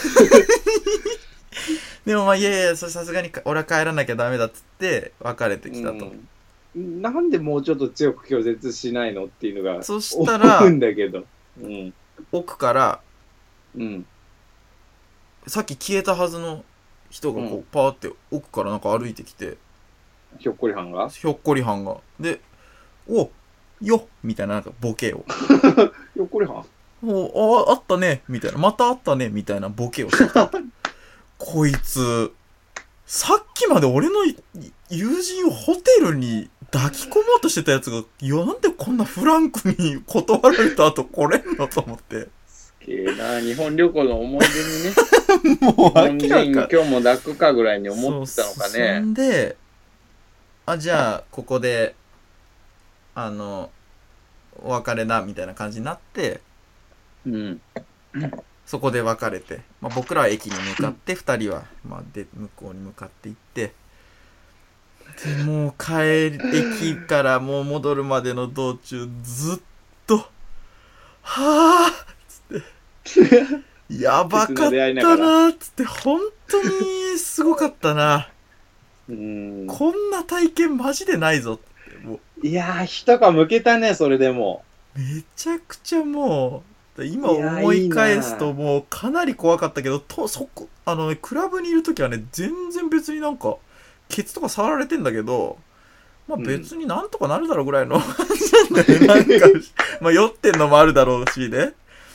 でもいや、さすがに俺は帰らなきゃダメだっつって別れてきたと。 なんでもうちょっと強く拒絶しないのっていうのが。 そしたら、 思うんだけど。うん。 奥から、 うん。 さっき消えたはずの人がこう、パーって奥からなんか歩いてきて。 ひょっこりはんが。 で、およみたいななんかボケを。 ひょっこりはんあったねみたいな。またあったねみたいなボケをしてた。こいつ、さっきまで俺の友人をホテルに抱き込もうとしてたやつが、なんでこんなフランクに断られた後来れんのと思って。 すげえな、日本旅行の思い出にね。 もう明らか。今日も抱くかぐらいに思ってたのかね。 そんで、じゃあ、ここで、お別れな、みたいな感じになって、 うん。 そこで別れて、僕らは駅に向かって、二人は、向こうに向かって行って、で、もう駅からもう戻るまでの道中、ずっと、はぁーっつって、やばかったなーっつって、本当にすごかったな。こんな体験マジでないぞって、もういやー、一皮むけたね、それでも。 めちゃくちゃもう、今思い返すともうかなり怖かったけど、クラブにいるときはね、全然別になんか、ケツとか触られてんだけど、まあ別になんとかなるだろうぐらいの感じなんだよね。なんか、まあ酔ってんのもあるだろうしね。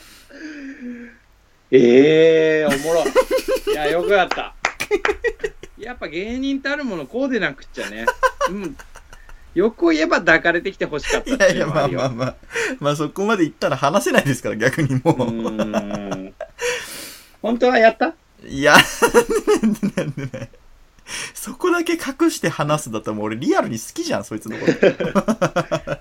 おもろい。いや、よくやった。やっぱ芸人たるものこうでなくっちゃね。よく言えば抱かれてきてほしかったっていうのもあるよ。 まあそこまで言ったら話せないですから逆にもう。 本当はやった？ いや、なんでね。そこだけ隠して話すんだったらもう俺リアルに好きじゃん、そいつのこと。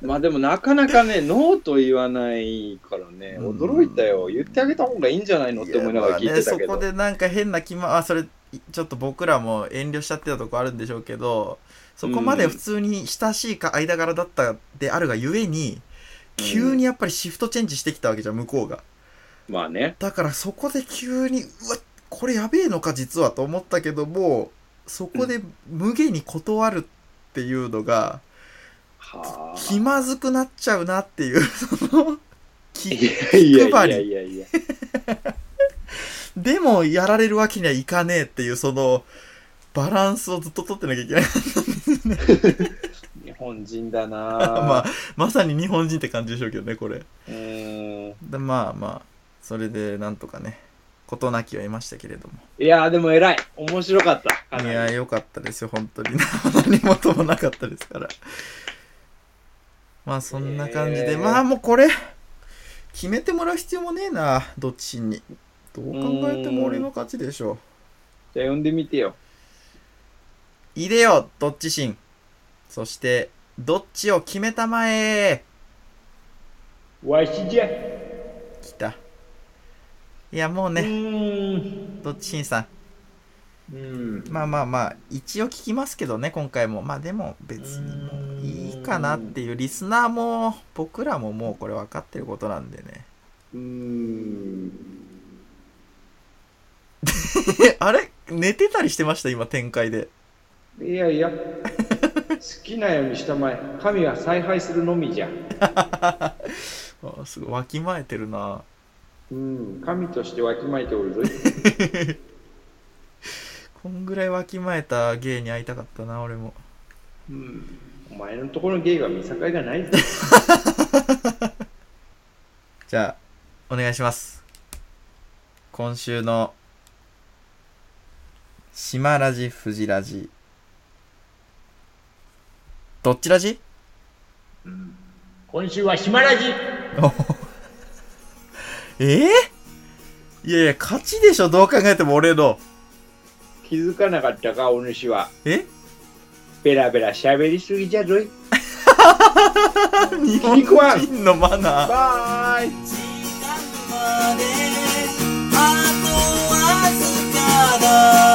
まあでもなかなかね、ノーと言わないからね、驚いたよ。言ってあげた方がいいんじゃないのって思いながら聞いてたけど。 そこでなんか変なそれ、ちょっと僕らも遠慮しちゃってたとこあるんでしょうけど、そこまで普通に親しい間柄だったであるがゆえに、急にやっぱりシフトチェンジしてきたわけじゃん、向こうが。まあね。だからそこで急に、うわ、これやべえのか実はと思ったけども、そこで無限に断るっていうのが、気まずくなっちゃうなっていう、その、気配り。でもやられるわけにはいかねえっていうそのバランスをずっと取ってなきゃいけない日本人だなまさに日本人って感じでしょうけどねこれ。でまあそれでなんとかね事なきを得ましたけれども。 いやでも偉い、面白かった。 いや良かったですよ本当に。何事もなかったですから。まあそんな感じで、まあもうこれ決めてもらう必要もねえな、どっちに。どう考えても俺の勝ちでしょう。 じゃあ呼んでみてよ。 いでよ、どっちしん。そして、どっちを決めたまえ。 わしじゃ。 来た。いや、もうね、どっちしんさん。まあ、一応聞きますけどね、今回も。まあでも、別にもういいかなっていう、リスナーも、僕らももうこれ分かってることなんでね。あれ寝てたりしてました今展開で。 いや好きなようにしたまえ。神は采配するのみじゃ。 すごいわきまえてるな。 神としてわきまえておるぞ。 こんぐらいわきまえた芸に会いたかったな俺も。 お前のところの芸は見境がないぞ。 じゃあお願いします。今週の島ラジフジラジどっちラジ？ 今週は島ラジ。 いや勝ちでしょどう考えても俺の。 気づかなかったかお主は。 ベラベラ喋りすぎじゃぞい。 日本人のマナー。 バイ。 あとわずかだ